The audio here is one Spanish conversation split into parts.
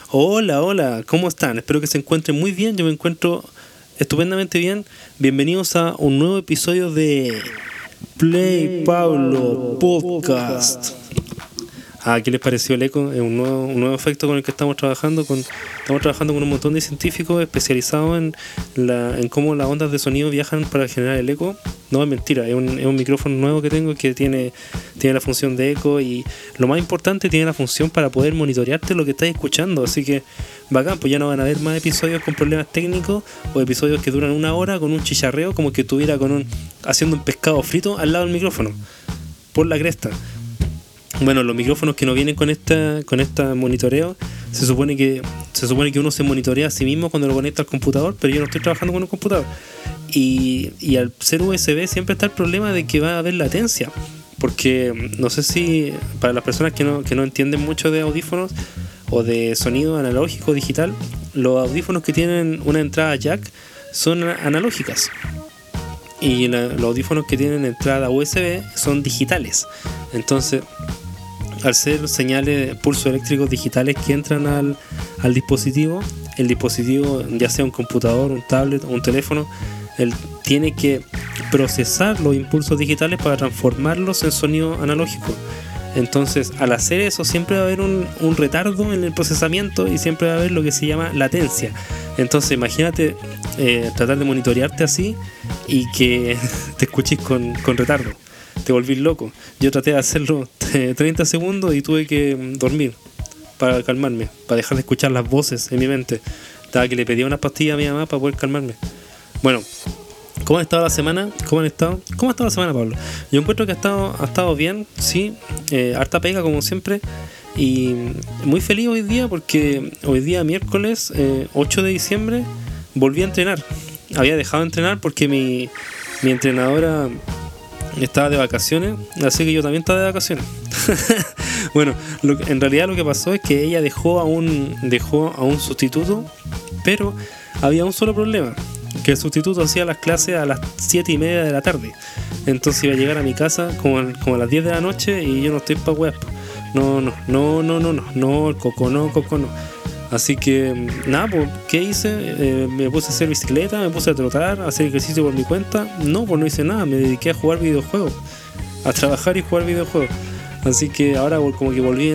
Hola, hola, ¿cómo están? Espero que se encuentren muy bien, yo me encuentro estupendamente bien. Bienvenidos a un nuevo episodio de Play Pablo Podcast. ¿Qué les pareció el eco? Es un nuevo efecto con el que estamos trabajando. Estamos trabajando con un montón de científicos especializados en cómo las ondas de sonido viajan para generar el eco. No es mentira, es un micrófono nuevo que tengo que tiene la función de eco y lo más importante, tiene la función para poder monitorearte lo que estás escuchando. Así que bacán, pues ya no van a haber más episodios con problemas técnicos o episodios que duran una hora con un chicharreo como que estuviera haciendo un pescado frito al lado del micrófono. Por la cresta. Bueno, los micrófonos que no vienen con esta monitoreo, se supone que uno se monitorea a sí mismo cuando lo conecta al computador, pero yo no estoy trabajando con un computador. Y al ser USB siempre está el problema de que va a haber latencia, porque no sé si para las personas que no entienden mucho de audífonos o de sonido analógico o digital, los audífonos que tienen una entrada jack son analógicas. Y los audífonos que tienen entrada USB son digitales. Entonces, al ser señales de pulsos eléctricos digitales que entran al dispositivo, el dispositivo, ya sea un computador, un tablet o un teléfono, él tiene que procesar los impulsos digitales para transformarlos en sonido analógico. Entonces, al hacer eso, siempre va a haber un retardo en el procesamiento y siempre va a haber lo que se llama latencia. Entonces, imagínate tratar de monitorearte así y que te escuches con retardo. Te volví loco. Yo traté de hacerlo 30 segundos y tuve que dormir para calmarme, para dejar de escuchar las voces en mi mente. Estaba que le pedía una pastilla a mi mamá para poder calmarme. Bueno, ¿cómo ha estado la semana? ¿Cómo han estado? ¿Cómo ha estado la semana, Pablo? Yo encuentro que ha estado bien, sí. Harta pega como siempre. Y muy feliz hoy día porque hoy día miércoles 8 de diciembre volví a entrenar. Había dejado de entrenar porque mi entrenadora estaba de vacaciones, así que yo también estaba de vacaciones. Bueno, en realidad lo que pasó es que ella dejó a un sustituto, pero había un solo problema, que el sustituto hacía las clases a las 7:30 de la tarde. Entonces iba a llegar a mi casa como a las 10 de la noche y yo no estoy pa' weas. No, el coco no. Así que, nada, pues, ¿qué hice? Me puse a hacer bicicleta, me puse a trotar, a hacer ejercicio por mi cuenta. No, pues no hice nada, me dediqué a jugar videojuegos, a trabajar y jugar videojuegos. Así que ahora como que volví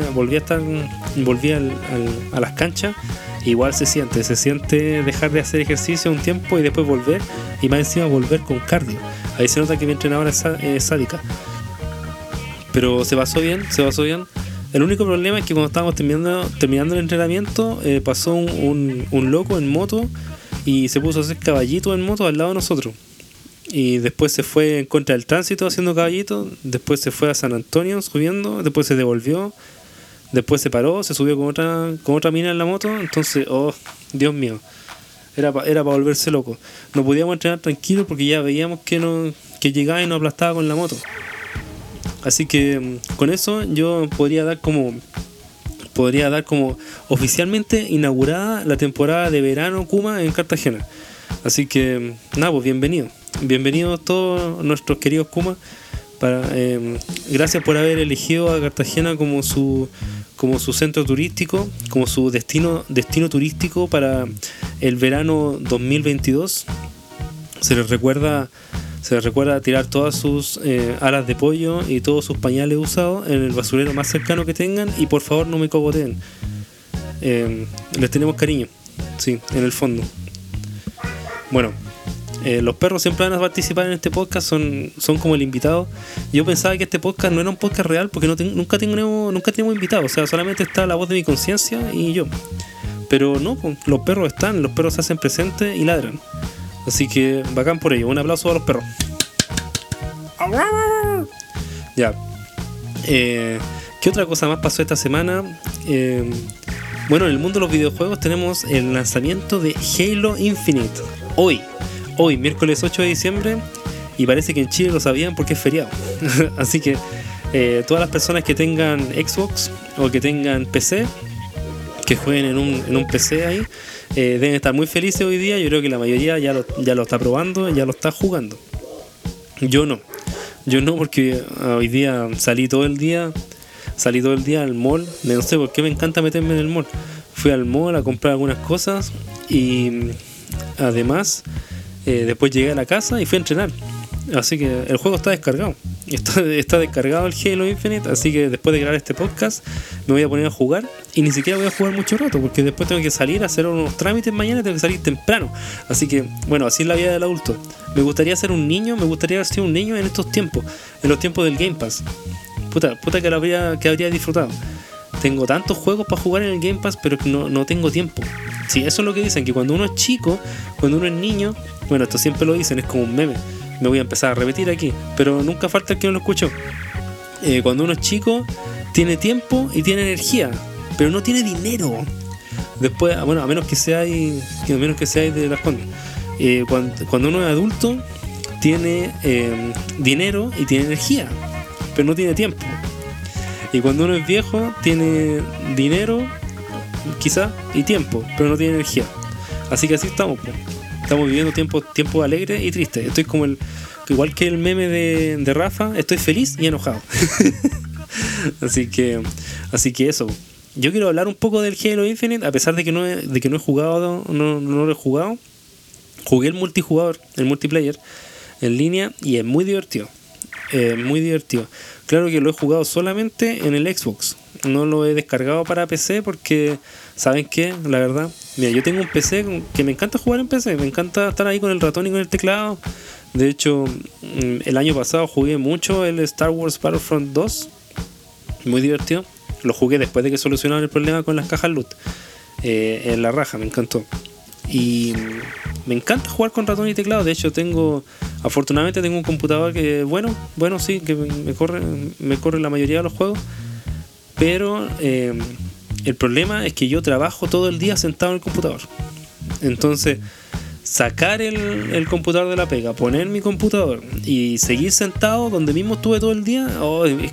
a las canchas. Igual se siente dejar de hacer ejercicio un tiempo y después volver, y más encima volver con cardio. Ahí se nota que mi entrenadora es sádica. Pero se pasó bien. El único problema es que cuando estábamos terminando el entrenamiento, pasó un loco en moto y se puso a hacer caballito en moto al lado de nosotros. Y después se fue en contra del tránsito haciendo caballito, después se fue a San Antonio subiendo, después se devolvió, después se paró, se subió con otra mina en la moto. Entonces, oh, Dios mío, era para volverse loco. No podíamos entrenar tranquilos porque ya veíamos que llegaba y nos aplastaba con la moto. Así que con eso yo podría dar como oficialmente inaugurada la temporada de verano Kuma en Cartagena. Así que nada, pues bienvenidos todos nuestros queridos Kuma. Gracias por haber elegido a Cartagena como su centro turístico, como su destino turístico para el verano 2022. Se les recuerda tirar todas sus alas de pollo y todos sus pañales usados en el basurero más cercano que tengan, y por favor no me cogoteen. Les tenemos cariño, sí, en el fondo. Bueno, los perros siempre van a participar en este podcast, son como el invitado. Yo pensaba que este podcast no era un podcast real porque nunca tenemos invitados, o sea, solamente está la voz de mi conciencia y yo. Pero no, los perros se hacen presentes y ladran. Así que bacán por ello. Un aplauso a los perros. Ya. ¿Qué otra cosa más pasó esta semana? Bueno, en el mundo de los videojuegos tenemos el lanzamiento de Halo Infinite. Hoy, miércoles 8 de diciembre. Y parece que en Chile lo sabían porque es feriado. Así que todas las personas que tengan Xbox o que tengan PC, que jueguen en un PC ahí, deben estar muy felices hoy día. Yo creo que la mayoría ya lo está probando, ya lo está jugando. Yo no, porque hoy día salí todo el día al mall. No sé por qué me encanta meterme en el mall. fui al mall a comprar algunas cosas y además después llegué a la casa y fui a entrenar. Así que el juego está descargado. Está descargado el Halo Infinite, así que después de grabar este podcast me voy a poner a jugar y ni siquiera voy a jugar mucho rato porque después tengo que salir a hacer unos trámites mañana, tengo que salir temprano. Así que, bueno, así es la vida del adulto. Me gustaría ser un niño, me gustaría haber sido un niño en estos tiempos, en los tiempos del Game Pass. Puta que habría disfrutado. Tengo tantos juegos para jugar en el Game Pass, pero no tengo tiempo. Sí, eso es lo que dicen, que cuando uno es chico, cuando uno es niño, bueno, esto siempre lo dicen, es como un meme. Me voy a empezar a repetir aquí, pero nunca falta el que no lo escuchó. Cuando uno es chico, tiene tiempo y tiene energía, pero no tiene dinero. Después, bueno, a menos que seáis de Las Condes. Cuando uno es adulto, tiene dinero y tiene energía, pero no tiene tiempo. Y cuando uno es viejo, tiene dinero, quizá, y tiempo, pero no tiene energía. Así que así estamos, pues. Estamos viviendo tiempos alegres y tristes. Estoy como igual que el meme de Rafa, estoy feliz y enojado. así que eso. Yo quiero hablar un poco del Halo Infinite, a pesar de que no he jugado, no lo he jugado. Jugué el multiplayer en línea y es muy divertido. Muy divertido. Claro que lo he jugado solamente en el Xbox. No lo he descargado para PC porque, ¿saben qué? La verdad, mira, yo tengo un PC que me encanta jugar en PC. Me encanta estar ahí con el ratón y con el teclado. De hecho, el año pasado jugué mucho el Star Wars Battlefront 2. Muy divertido. Lo jugué después de que solucionaron el problema con las cajas loot. En la raja, me encantó. Y me encanta jugar con ratón y teclado. De hecho, afortunadamente tengo un computador que, bueno, sí, que me corre la mayoría de los juegos. Pero el problema es que yo trabajo todo el día sentado en el computador. Entonces, sacar el computador de la pega, poner mi computador y seguir sentado donde mismo estuve todo el día, es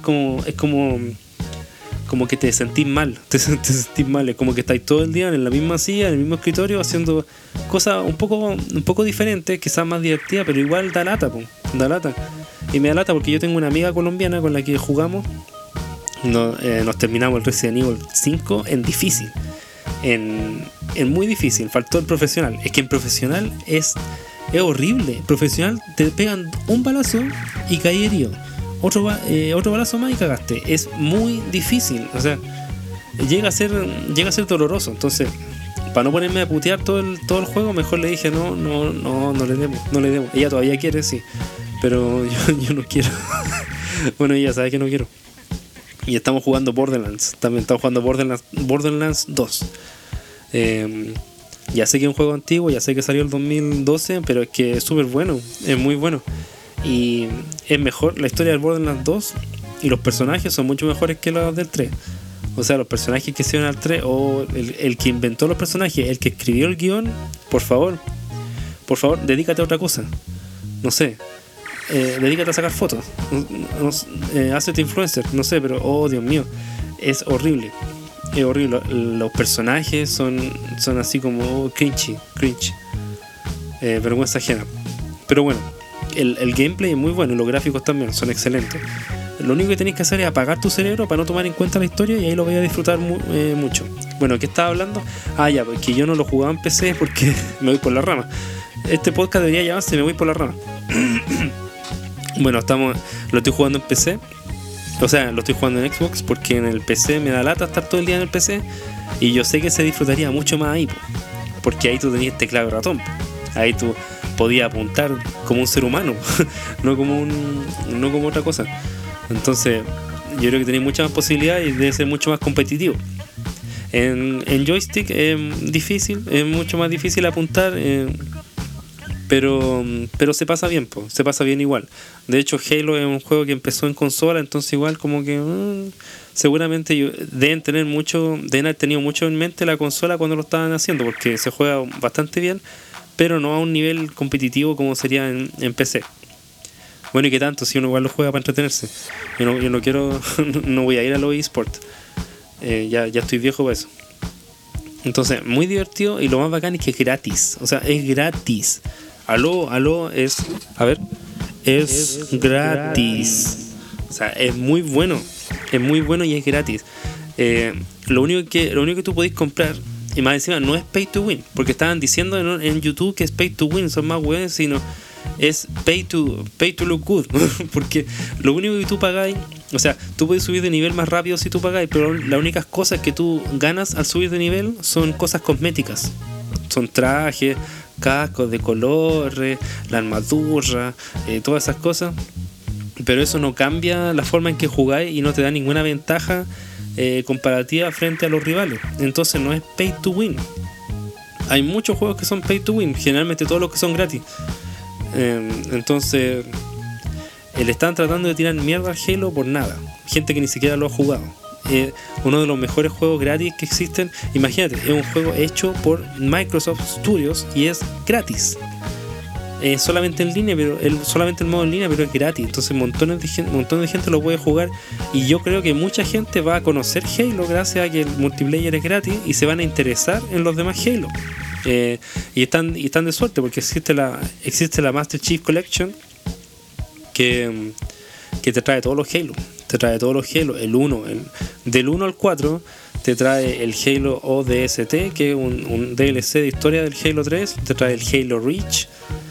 como que te sentís mal. Es como que estáis todo el día en la misma silla, en el mismo escritorio, haciendo cosas un poco diferentes, quizás más divertidas, pero igual da lata. Y me da lata porque yo tengo una amiga colombiana con la que jugamos. Nos terminamos el Resident Evil 5 en difícil. En muy difícil. Faltó el profesional. Es que en profesional es horrible. En profesional te pegan un balazo y caí herido. Otro balazo más y cagaste. Es muy difícil. O sea, llega a ser doloroso. Entonces, para no ponerme a putear todo el juego, mejor le dije no le demos. Ella todavía quiere, sí, pero yo no quiero. Bueno, ella sabe que no quiero. Y estamos jugando Borderlands. También estamos jugando Borderlands 2. Ya sé que es un juego antiguo, ya sé que salió el 2012, pero es que es súper bueno, es muy bueno. Y es mejor, la historia del Borderlands 2 y los personajes son mucho mejores que los del 3. O sea, los personajes que hicieron al 3, o el que inventó los personajes, el que escribió el guión, por favor, dedícate a otra cosa. No sé, dedícate a sacar fotos, hazte influencer, no sé, pero oh Dios mío, es horrible. Es horrible. Los personajes son así como cringe, vergüenza ajena. Pero bueno, el gameplay es muy bueno y los gráficos también son excelentes. Lo único que tenéis que hacer es apagar tu cerebro para no tomar en cuenta la historia y ahí lo vais a disfrutar mucho. Bueno, ¿qué estaba hablando? Ya, porque yo no lo jugaba en PC porque me voy por la rama. Este podcast debería llamarse Me voy por la rama. Bueno, lo estoy jugando en PC. O sea, lo estoy jugando en Xbox porque en el PC me da lata estar todo el día en el PC. Y yo sé que se disfrutaría mucho más ahí, porque ahí tú tenías teclado y ratón. Ahí tú podías apuntar como un ser humano, no como otra cosa. Entonces, yo creo que tenéis muchas más posibilidades y debe ser mucho más competitivo. En joystick es difícil, es mucho más difícil apuntar, pero se pasa bien, se pasa bien igual. De hecho, Halo es un juego que empezó en consola, entonces igual como que seguramente deben haber tenido mucho en mente la consola cuando lo estaban haciendo, porque se juega bastante bien, pero no a un nivel competitivo como sería en PC. Bueno, y qué tanto, si uno igual lo juega para entretenerse. Yo no quiero, no voy a ir a los eSports. Ya estoy viejo para eso. Entonces, muy divertido, y lo más bacán es que es gratis. O sea, es gratis. Aló, es gratis. O sea, es muy bueno y es gratis. Lo único que tú podéis comprar Y más encima no es pay to win, porque estaban diciendo en YouTube que es pay to win, son más weones, sino es pay to look good. Porque lo único que tú pagáis, o sea, tú puedes subir de nivel más rápido si tú pagáis, pero las únicas cosas que tú ganas al subir de nivel son cosas cosméticas. Son trajes, cascos de colores, la armadura, todas esas cosas. Pero eso no cambia la forma en que jugáis y no te da ninguna ventaja comparativa frente a los rivales. Entonces no es pay to win. Hay muchos juegos que son pay to win, generalmente todos los que son gratis. Entonces le están tratando de tirar mierda al Halo por nada. Gente que ni siquiera lo ha jugado. Uno de los mejores juegos gratis que existen. Imagínate, es un juego hecho por Microsoft Studios y es gratis. Solamente en línea, pero solamente el modo en línea, pero es gratis. Entonces un montón de gente lo puede jugar. Y yo creo que mucha gente va a conocer Halo gracias a que el multiplayer es gratis y se van a interesar en los demás Halo. Y están de suerte porque existe la Master Chief Collection que te trae todos los Halo. Te trae todos los Halo, el 1, del 1 al 4 te trae el Halo ODST, que es un DLC de historia del Halo 3, te trae el Halo Reach,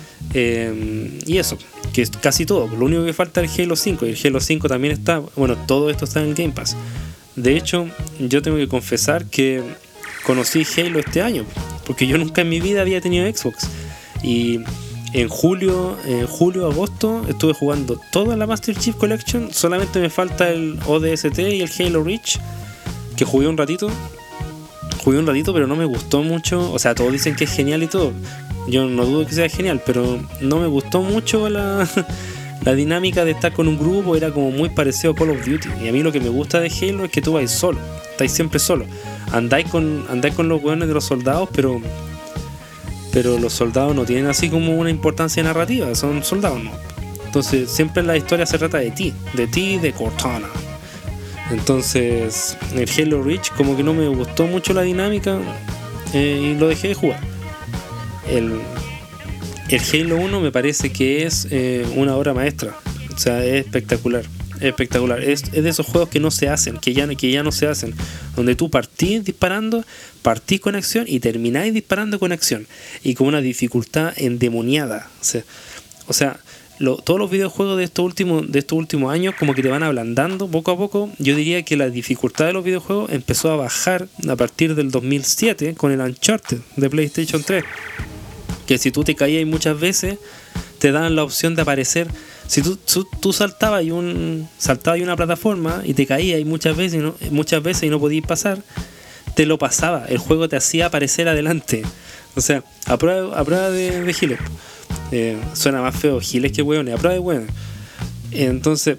y eso, que es casi todo. Lo único que falta es el Halo 5, y el Halo 5 también está, bueno, todo esto está en el Game Pass. De hecho, yo tengo que confesar que conocí Halo este año, porque yo nunca en mi vida había tenido Xbox, y en julio, agosto estuve jugando toda la Master Chief Collection. Solamente me falta el ODST y el Halo Reach, que jugué un ratito, pero no me gustó mucho. O sea, todos dicen que es genial y todo, yo no dudo que sea genial, pero no me gustó mucho la dinámica de estar con un grupo. Era como muy parecido a Call of Duty, y a mí lo que me gusta de Halo es que tú vais solo, estáis siempre solo, andáis con los hueones de los soldados, pero los soldados no tienen así como una importancia narrativa, son soldados, ¿no? Entonces siempre la historia se trata de ti, de Cortana. Entonces el Halo Reach como que no me gustó mucho la dinámica, y lo dejé de jugar. El Halo 1 me parece que es una obra maestra, o sea, es espectacular. Es de esos juegos que no se hacen, que ya no se hacen, donde tú partís disparando, partís con acción y termináis disparando con acción, y con una dificultad endemoniada. O sea, todos los videojuegos de estos últimos años como que te van ablandando poco a poco. Yo diría que la dificultad de los videojuegos empezó a bajar a partir del 2007 con el Uncharted de PlayStation 3, que si tú te caías muchas veces te daban la opción de aparecer. Si tú saltabas y una plataforma y te caías y muchas veces y no podías pasar, te lo pasaba, el juego te hacía aparecer adelante. O sea, a prueba de giles. Suena más feo giles que hueones, a prueba de hueones. Entonces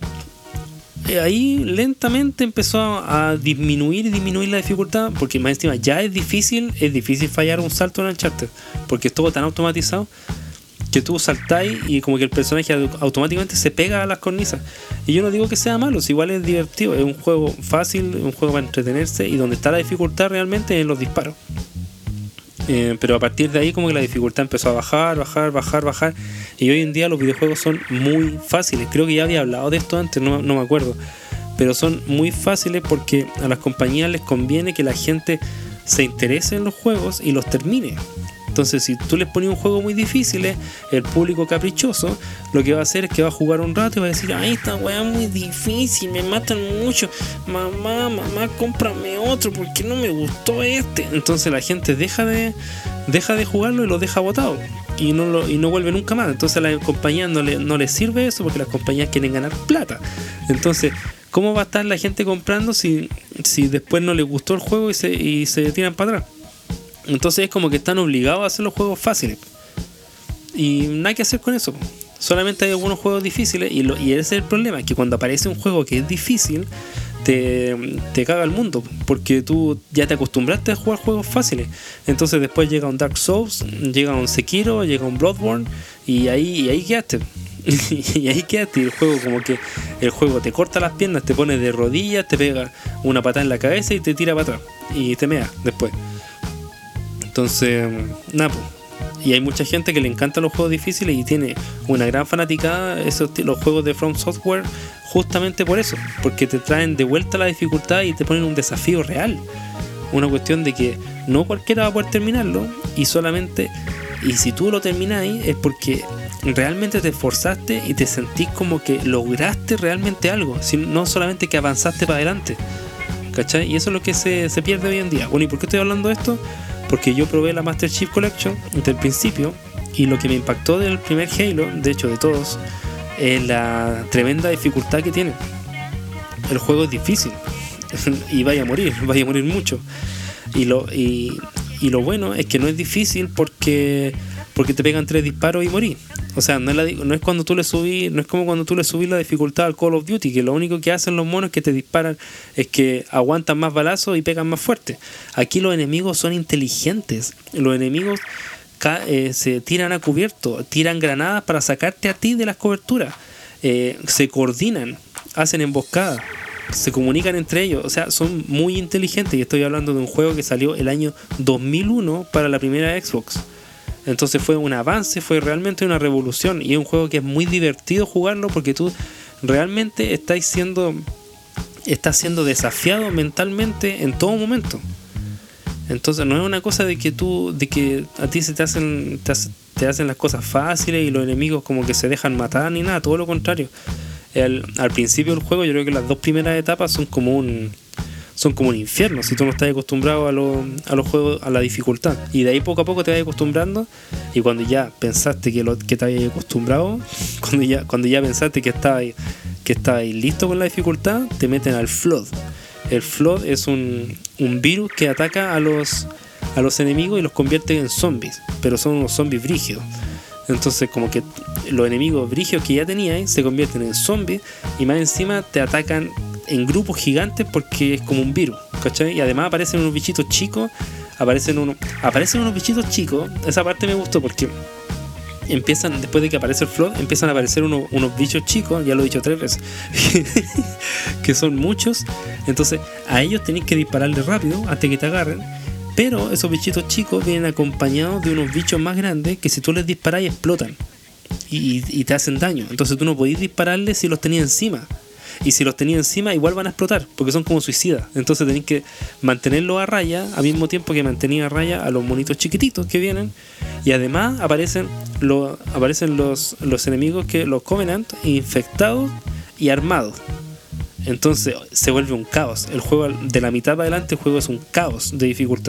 ahí lentamente empezó a disminuir la dificultad, porque más encima ya es difícil fallar un salto en Uncharted, porque es todo tan automatizado que tú saltáis y como que el personaje automáticamente se pega a las cornisas. Y yo no digo que sea malo, si igual es divertido, es un juego fácil, es un juego para entretenerse, y donde está la dificultad realmente es en los disparos. Pero a partir de ahí como que la dificultad empezó a bajar, y hoy en día los videojuegos son muy fáciles. Creo que ya había hablado de esto antes, no me acuerdo, pero son muy fáciles porque a las compañías les conviene que la gente se interese en los juegos y los termine. Entonces, si tú les pones un juego muy difícil, el público caprichoso lo que va a hacer es que va a jugar un rato y va a decir: ay, esta weá es muy difícil, me matan mucho, mamá, cómprame otro porque no me gustó este. Entonces la gente deja de jugarlo y lo deja botado y no vuelve nunca más. Entonces a las compañías no les sirve eso, porque las compañías quieren ganar plata. Entonces, ¿cómo va a estar la gente comprando si después no les gustó el juego y se tiran para atrás? Entonces es como que están obligados a hacer los juegos fáciles, y nada que hacer con eso. Solamente hay algunos juegos difíciles, y ese es el problema, que cuando aparece un juego que es difícil te caga el mundo, porque tú ya te acostumbraste a jugar juegos fáciles. Entonces después llega un Dark Souls, llega un Sekiro, llega un Bloodborne, y ahí quedaste. Y ahí quedaste, y el juego como que el juego te corta las piernas, te pone de rodillas, te pega una patada en la cabeza y te tira para atrás y te mea después. Entonces, nada, pues. Y hay mucha gente que le encantan los juegos difíciles y tiene una gran fanaticada los juegos de From Software, justamente por eso, porque te traen de vuelta la dificultad y te ponen un desafío real. una cuestión de que no cualquiera va a poder terminarlo, y si tú lo termináis es porque realmente te esforzaste y te sentís como que lograste realmente algo, no solamente que avanzaste para adelante, ¿cachai? Y eso es lo que se pierde hoy en día. Bueno, ¿y por qué estoy hablando de esto? Porque yo probé la Master Chief Collection desde el principio, y lo que me impactó del primer Halo, de hecho de todos, es la tremenda dificultad que tiene. El juego es difícil y vaya a morir mucho. Y lo bueno es que no es difícil porque te pegan 3 disparos y morís. O sea, no es cuando tú le subís, no es como cuando tú le subís la dificultad al Call of Duty, que lo único que hacen los monos que te disparan es que aguantan más balazos y pegan más fuerte. Aquí los enemigos son inteligentes. Los enemigos se tiran a cubierto, tiran granadas para sacarte a ti de las coberturas, se coordinan, hacen emboscadas, se comunican entre ellos. O sea, son muy inteligentes, y estoy hablando de un juego que salió el año 2001 para la primera Xbox. Entonces fue un avance, fue realmente una revolución, y es un juego que es muy divertido jugarlo porque tú realmente estás siendo desafiado mentalmente en todo momento. Entonces no es una cosa de que a ti se te hacen las cosas fáciles y los enemigos como que se dejan matar ni nada, todo lo contrario. Al principio del juego yo creo que las 2 primeras etapas son como un infierno si tú no estás acostumbrado a los juegos, a la dificultad, y de ahí poco a poco te vas acostumbrando, y cuando ya pensaste que te habías acostumbrado, cuando ya pensaste que estabas listo con la dificultad, te meten al Flood. El Flood es un virus que ataca a los enemigos y los convierte en zombies, pero son unos zombies brígidos. Entonces como que los enemigos brígidos que ya tenías se convierten en zombies, y más encima te atacan en grupos gigantes porque es como un virus, ¿cachai? Y además aparecen unos bichitos chicos, aparecen unos bichitos chicos. Esa parte me gustó porque después de que aparece el Flood, empiezan a aparecer unos bichos chicos, ya lo he dicho 3 veces, que son muchos. Entonces a ellos tenéis que dispararle rápido hasta que te agarren, pero esos bichitos chicos vienen acompañados de unos bichos más grandes que si tú les disparas explotan y te hacen daño. Entonces tú no podés dispararles si los tenías encima, y si los tenías encima igual van a explotar porque son como suicidas. Entonces tenéis que mantenerlos a raya al mismo tiempo que mantenía a raya a los monitos chiquititos que vienen. Y además aparecen los enemigos, los Covenant, infectados y armados. Entonces se vuelve un caos. El juego, de la mitad para adelante, el juego es un caos de dificultad.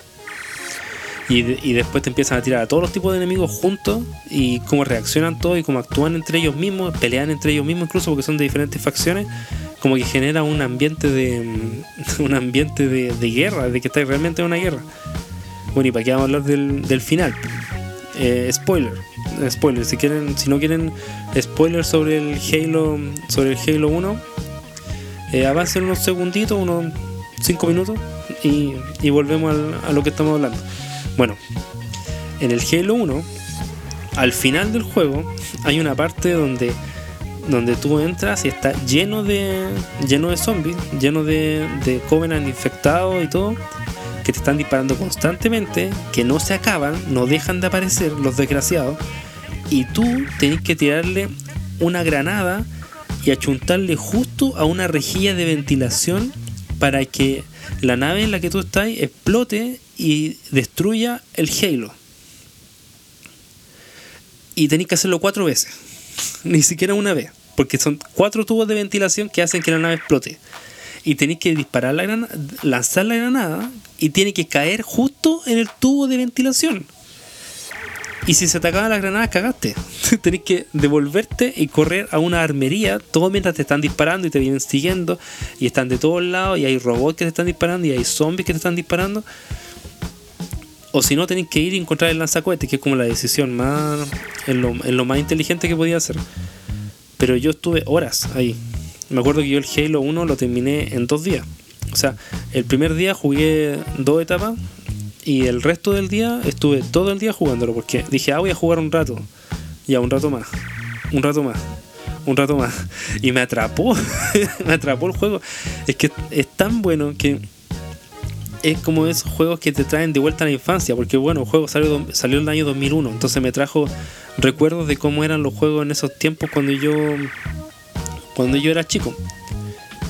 Y después te empiezan a tirar a todos los tipos de enemigos juntos, y cómo reaccionan todos y cómo actúan entre ellos mismos, pelean entre ellos mismos incluso porque son de diferentes facciones, como que genera un ambiente de guerra, de que está realmente en una guerra. Bueno, y para qué vamos a hablar del final. Spoiler, si no quieren spoilers sobre el Halo 1, avancen unos segunditos, unos 5 minutos, y volvemos a lo que estamos hablando. Bueno, en el Halo 1, al final del juego, hay una parte donde tú entras y está lleno de zombies, lleno de Covenant infectados y todo, que te están disparando constantemente, que no se acaban, no dejan de aparecer los desgraciados, y tú tenés que tirarle una granada y achuntarle justo a una rejilla de ventilación para que la nave en la que tú estás explote y destruya el Halo. Y tenéis que hacerlo 4 veces, ni siquiera una vez, porque son 4 tubos de ventilación que hacen que la nave explote. Y tenéis que disparar la granada, lanzar la granada, y tiene que caer justo en el tubo de ventilación. Y si se te acaba la granada, cagaste. Tenés que devolverte y correr a una armería, todo mientras te están disparando y te vienen siguiendo, y están de todos lados, y hay robots que te están disparando, y hay zombies que te están disparando. O si no, tenés que ir y encontrar el lanzacohetes, que es como la decisión más en lo más inteligente que podía hacer. Pero yo estuve horas ahí. Me acuerdo que yo el Halo 1 lo terminé en 2 días. O sea, el primer día jugué 2 etapas, y el resto del día estuve todo el día jugándolo, porque dije, voy a jugar un rato. Ya, un rato más. Y me atrapó. Me atrapó el juego. Es que es tan bueno que es como esos juegos que te traen de vuelta a la infancia, porque bueno, el juego salió en el año 2001, entonces me trajo recuerdos de cómo eran los juegos en esos tiempos cuando yo era chico.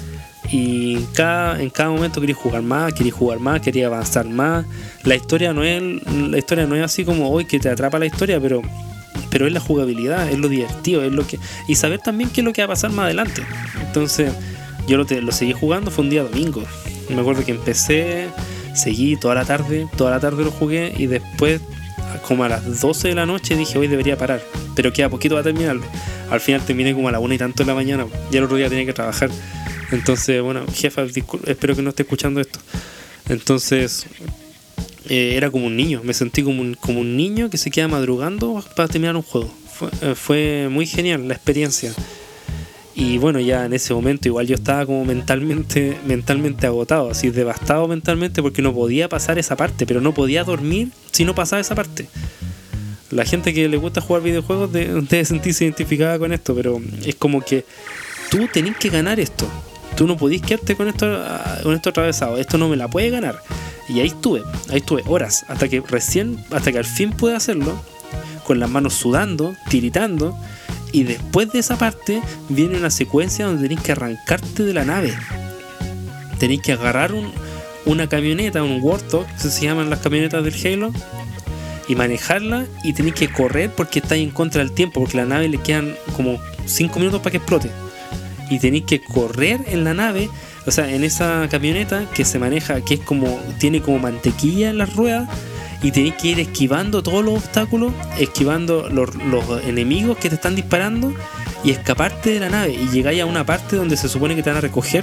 Y en cada momento quería jugar más, quería avanzar más. La historia no es así como hoy que te atrapa la historia, pero es la jugabilidad, es lo divertido, es lo que. Y saber también qué es lo que va a pasar más adelante. Entonces, yo lo seguí jugando, fue un día domingo. Me acuerdo que empecé, seguí toda la tarde lo jugué, y después, como a las 12 de la noche, dije, hoy debería parar, pero queda poquito para terminarlo. Al final terminé como a las 1 y tanto de la mañana, ya el otro día tenía que trabajar. Entonces, bueno, jefa, espero que no esté escuchando esto. Entonces, era como un niño, me sentí como un niño que se queda madrugando para terminar un juego. Fue muy genial la experiencia. Y bueno, ya en ese momento igual yo estaba como mentalmente agotado, así devastado mentalmente, porque no podía pasar esa parte, pero no podía dormir si no pasaba esa parte. La gente que le gusta jugar videojuegos debe sentirse identificada con esto, pero es como que tú tenés que ganar esto. Tú no podís quedarte con esto atravesado. Esto no me la puede ganar. Y ahí estuve horas, hasta que al fin pude hacerlo, con las manos sudando, tiritando. Y después de esa parte viene una secuencia donde tenéis que arrancarte de la nave. Tenéis que agarrar una camioneta, un Warthog, que se llaman las camionetas del Halo, y manejarla, y tenéis que correr porque estáis en contra del tiempo, porque a la nave le quedan como 5 minutos para que explote. Y tenéis que correr en la nave, o sea, en esa camioneta que se maneja, que es tiene como mantequilla en las ruedas, y tenéis que ir esquivando todos los obstáculos, esquivando los enemigos que te están disparando, y escaparte de la nave. Y llegáis a una parte donde se supone que te van a recoger,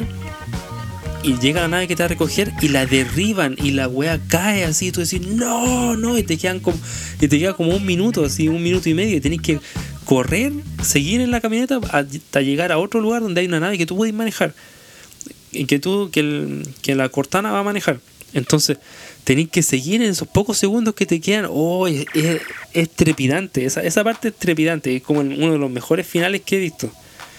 y llega la nave que te va a recoger y la derriban, y la wea cae así, y tú decís no, y te queda como un minuto, así, 1 minuto y medio, y tenés que correr, seguir en la camioneta hasta llegar a otro lugar donde hay una nave que tú puedes manejar, y que la Cortana va a manejar. Entonces tenéis que seguir en esos pocos segundos que te quedan. Es trepidante, esa parte es trepidante, es como uno de los mejores finales que he visto.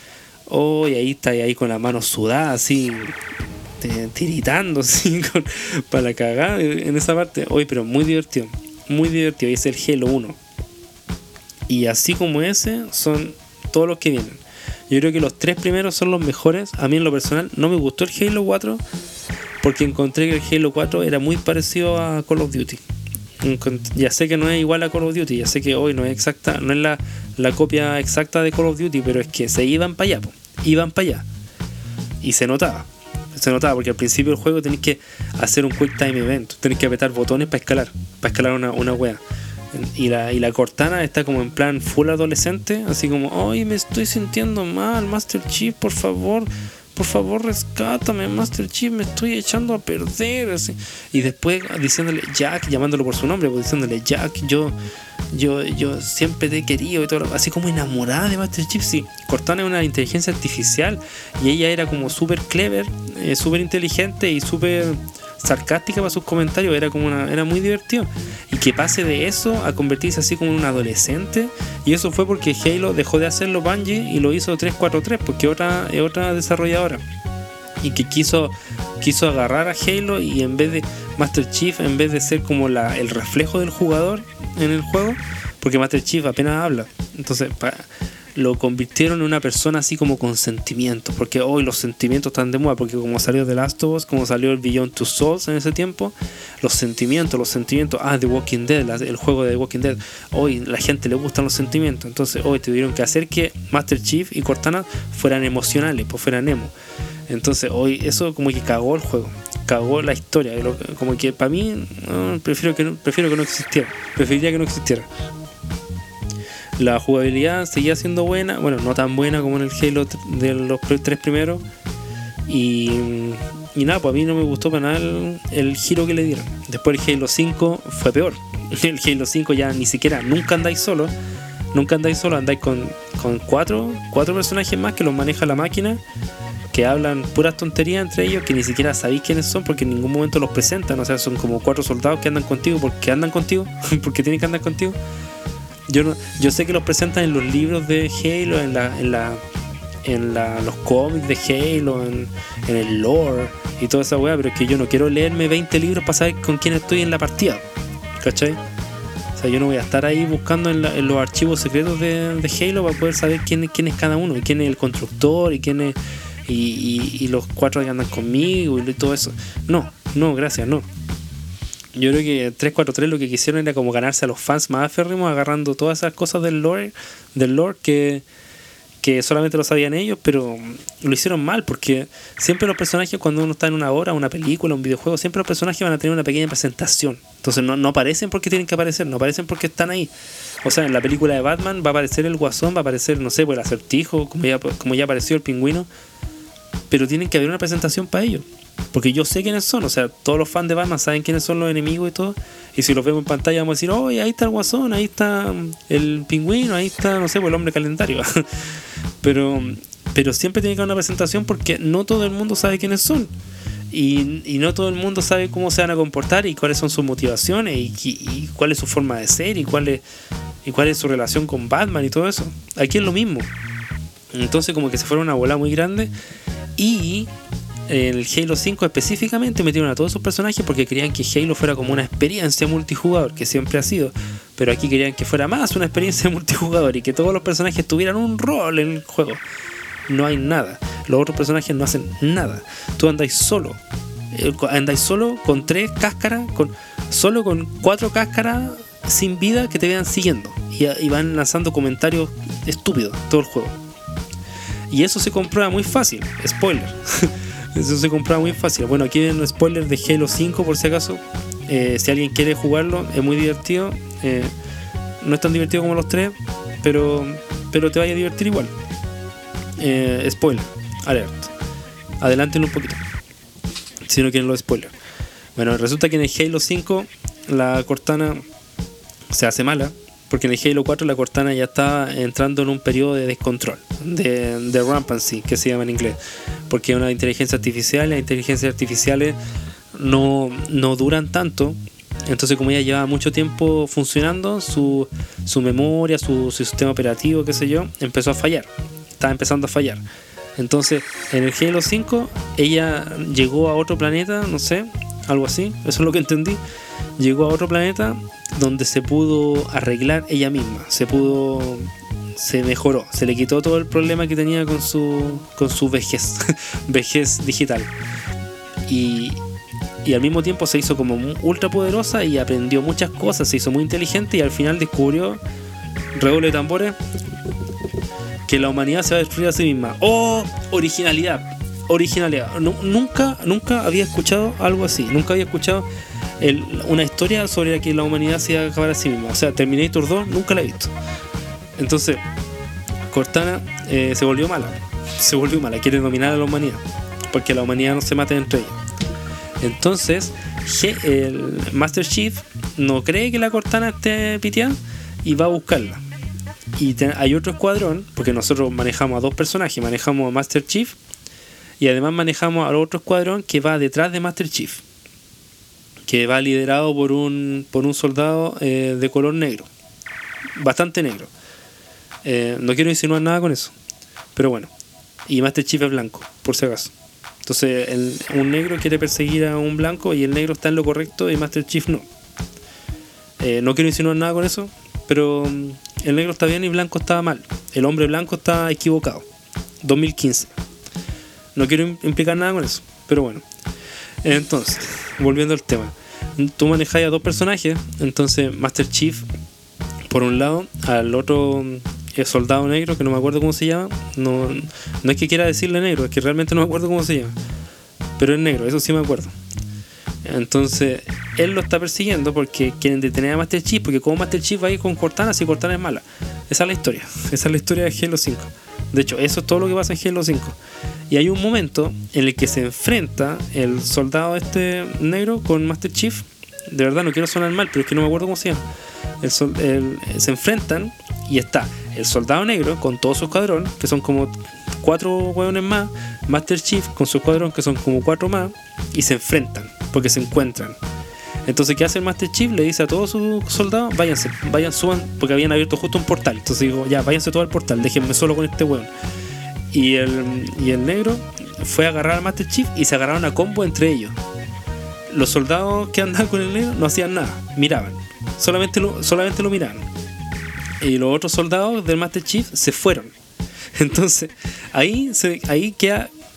Y ahí está, ahí con la mano sudada, así, tiritando, así, para la cagada en esa parte. Pero muy divertido, y es el Halo 1. Y así como ese, son todos los que vienen. Yo creo que los 3 primeros son los mejores. A mí en lo personal no me gustó el Halo 4, porque encontré que el Halo 4 era muy parecido a Call of Duty. Ya sé que no es igual a Call of Duty, ya sé que hoy no es exacta, no es la copia exacta de Call of Duty, pero es que se iban para allá, y se notaba porque al principio del juego tenés que hacer un quick time event, tenés que apretar botones para escalar una wea. Y la Cortana está como en plan full adolescente, así como, me estoy sintiendo mal, Master Chief, por favor rescátame, Master Chief, me estoy echando a perder, así. Y después diciéndole Jack, llamándolo por su nombre, pues diciéndole Jack, yo siempre te he querido, y todo, así como enamorada de Master Chief. Sí, Cortana es una inteligencia artificial, y ella era como súper clever, súper inteligente y súper sarcástica para sus comentarios. Era muy divertido, y que pase de eso a convertirse así como en un adolescente. Y eso fue porque Halo dejó de hacerlo Bungie y lo hizo 343, porque es otra desarrolladora, y que quiso agarrar a Halo, y en vez de Master Chief, en vez de ser como el reflejo del jugador en el juego, porque Master Chief apenas habla, entonces lo convirtieron en una persona así como con sentimientos, porque hoy los sentimientos están de moda, porque como salió The Last of Us, como salió el Beyond Two Souls en ese tiempo, los sentimientos, The Walking Dead, el juego de The Walking Dead, hoy la gente le gustan los sentimientos. Entonces hoy tuvieron que hacer que Master Chief y Cortana fueran emocionales, pues fueran emo. Entonces hoy eso como que cagó el juego, cagó la historia, como que para mí prefiero que no existiera, preferiría que no existiera. La jugabilidad seguía siendo buena, bueno, no tan buena como en el Halo de los 3 primeros. Y nada, pues a mí no me gustó para nada el giro que le dieron. Después el Halo 5 fue peor. El Halo 5 ya ni siquiera, nunca andáis solo, andáis con 4 personajes más que los maneja la máquina, que hablan puras tonterías entre ellos, que ni siquiera sabéis quiénes son, porque en ningún momento los presentan. O sea, son como 4 soldados que andan contigo porque porque tienen que andar contigo. Yo sé que los presentan en los libros de Halo, en los cómics de Halo, en el lore y toda esa weá, pero es que yo no quiero leerme 20 libros para saber con quién estoy en la partida, ¿cachai? O sea, yo no voy a estar ahí buscando en los archivos secretos de Halo para poder saber quién es cada uno, y quién es el constructor, y quién y los 4 que andan conmigo y todo eso. No, gracias, no. Yo creo que 343 lo que quisieron era como ganarse a los fans más aférrimos, agarrando todas esas cosas del lore que solamente lo sabían ellos, pero lo hicieron mal, porque siempre los personajes, cuando uno está en una obra, una película, un videojuego, siempre los personajes van a tener una pequeña presentación. Entonces no aparecen porque tienen que aparecer, no aparecen porque están ahí. O sea, en la película de Batman va a aparecer el Guasón, va a aparecer, no sé, pues el Acertijo, como ya apareció el Pingüino, pero tienen que haber una presentación para ellos, porque yo sé quiénes son. O sea, todos los fans de Batman saben quiénes son los enemigos y todo, y si los vemos en pantalla vamos a decir, oye, ahí está el Guasón, ahí está el Pingüino, ahí está, no sé, pues el Hombre Calendario. pero siempre tiene que haber una presentación, porque no todo el mundo sabe quiénes son, y no todo el mundo sabe cómo se van a comportar y cuáles son sus motivaciones y cuál es su forma de ser y cuál es su relación con Batman y todo eso. Aquí es lo mismo. Entonces como que se fueron una bola muy grande, y en el Halo 5 específicamente metieron a todos sus personajes porque querían que Halo fuera como una experiencia multijugador, que siempre ha sido, pero aquí querían que fuera más una experiencia multijugador y que todos los personajes tuvieran un rol en el juego. No hay nada, los otros personajes no hacen nada, tú andáis solo con 3 cáscaras, solo con 4 cáscaras sin vida que te vean siguiendo, y van lanzando comentarios estúpidos todo el juego. Y eso se comprueba muy fácil, spoiler. Eso se comprueba muy fácil. Bueno, aquí viene un spoiler de Halo 5 por si acaso. Si alguien quiere jugarlo, es muy divertido. No es tan divertido como los 3, pero te vaya a divertir igual. Spoiler, alert. Adelántenlo un poquito, si no quieren los spoilers. Bueno, resulta que en el Halo 5 la Cortana se hace mala, porque en el Halo 4 la Cortana ya estaba entrando en un periodo de descontrol, de rampancy, que se llama en inglés, porque es una inteligencia artificial. Las inteligencias artificiales no duran tanto. Entonces, como ella lleva mucho tiempo funcionando, su memoria, su sistema operativo, qué sé yo, empezó a fallar. Estaba empezando a fallar. Entonces, en el Halo 5 ella llegó a otro planeta, no sé, algo así, eso es lo que entendí. Llegó a otro planeta donde se pudo arreglar ella misma, se mejoró, se le quitó todo el problema que tenía con su vejez digital, y al mismo tiempo se hizo como ultra poderosa y aprendió muchas cosas, se hizo muy inteligente, y al final descubrió, redoble de tambores, que la humanidad se va a destruir a sí misma. ¡Oh! Originalidad. Nunca había escuchado algo así. Nunca había escuchado una historia sobre que la humanidad se iba a acabar a sí misma. O sea, Terminator 2 nunca la he visto. Entonces, Cortana se volvió mala, quiere dominar a la humanidad, porque la humanidad no se mata entre ellos. Entonces, el Master Chief no cree que la Cortana esté piteada y va a buscarla. Y hay otro escuadrón, porque nosotros manejamos a 2 personajes, manejamos a Master Chief y además manejamos al otro escuadrón que va detrás de Master Chief, que va liderado por un soldado de color negro, bastante negro. No quiero insinuar nada con eso, pero bueno. Y Master Chief es blanco, por si acaso. Entonces un negro quiere perseguir a un blanco y el negro está en lo correcto y Master Chief no. No quiero insinuar nada con eso, pero el negro está bien y blanco está mal. El hombre blanco está equivocado. 2015. No quiero implicar nada con eso, pero bueno. Entonces, volviendo al tema, tú manejas a 2 personajes. Entonces Master Chief por un lado, al otro soldado negro, que no me acuerdo cómo se llama. No es que quiera decirle negro, es que realmente no me acuerdo cómo se llama, pero es negro, eso sí me acuerdo. Entonces él lo está persiguiendo porque quieren detener a Master Chief, porque como Master Chief va a ir con Cortana si Cortana es mala. Esa es la historia de Halo 5. De hecho, eso es todo lo que pasa en Halo 5. Y hay un momento en el que se enfrenta el soldado negro con Master Chief. De verdad no quiero sonar mal, pero es que no me acuerdo cómo se llama. Se enfrentan y está el soldado negro con todo su escuadrón, que son como 4 hueones más, Master Chief con su escuadrón, que son como 4 más, y se enfrentan porque se encuentran. Entonces, ¿qué hace el Master Chief? Le dice a todos sus soldados: vayan, suban, porque habían abierto justo un portal. Entonces digo, ya, váyanse todo al portal, déjenme solo con este hueón. Y el negro fue a agarrar al Master Chief y se agarraron a combo entre ellos. Los soldados que andaban con el negro no hacían nada, miraban, solamente lo miraban. Y los otros soldados del Master Chief se fueron. Entonces ahí queda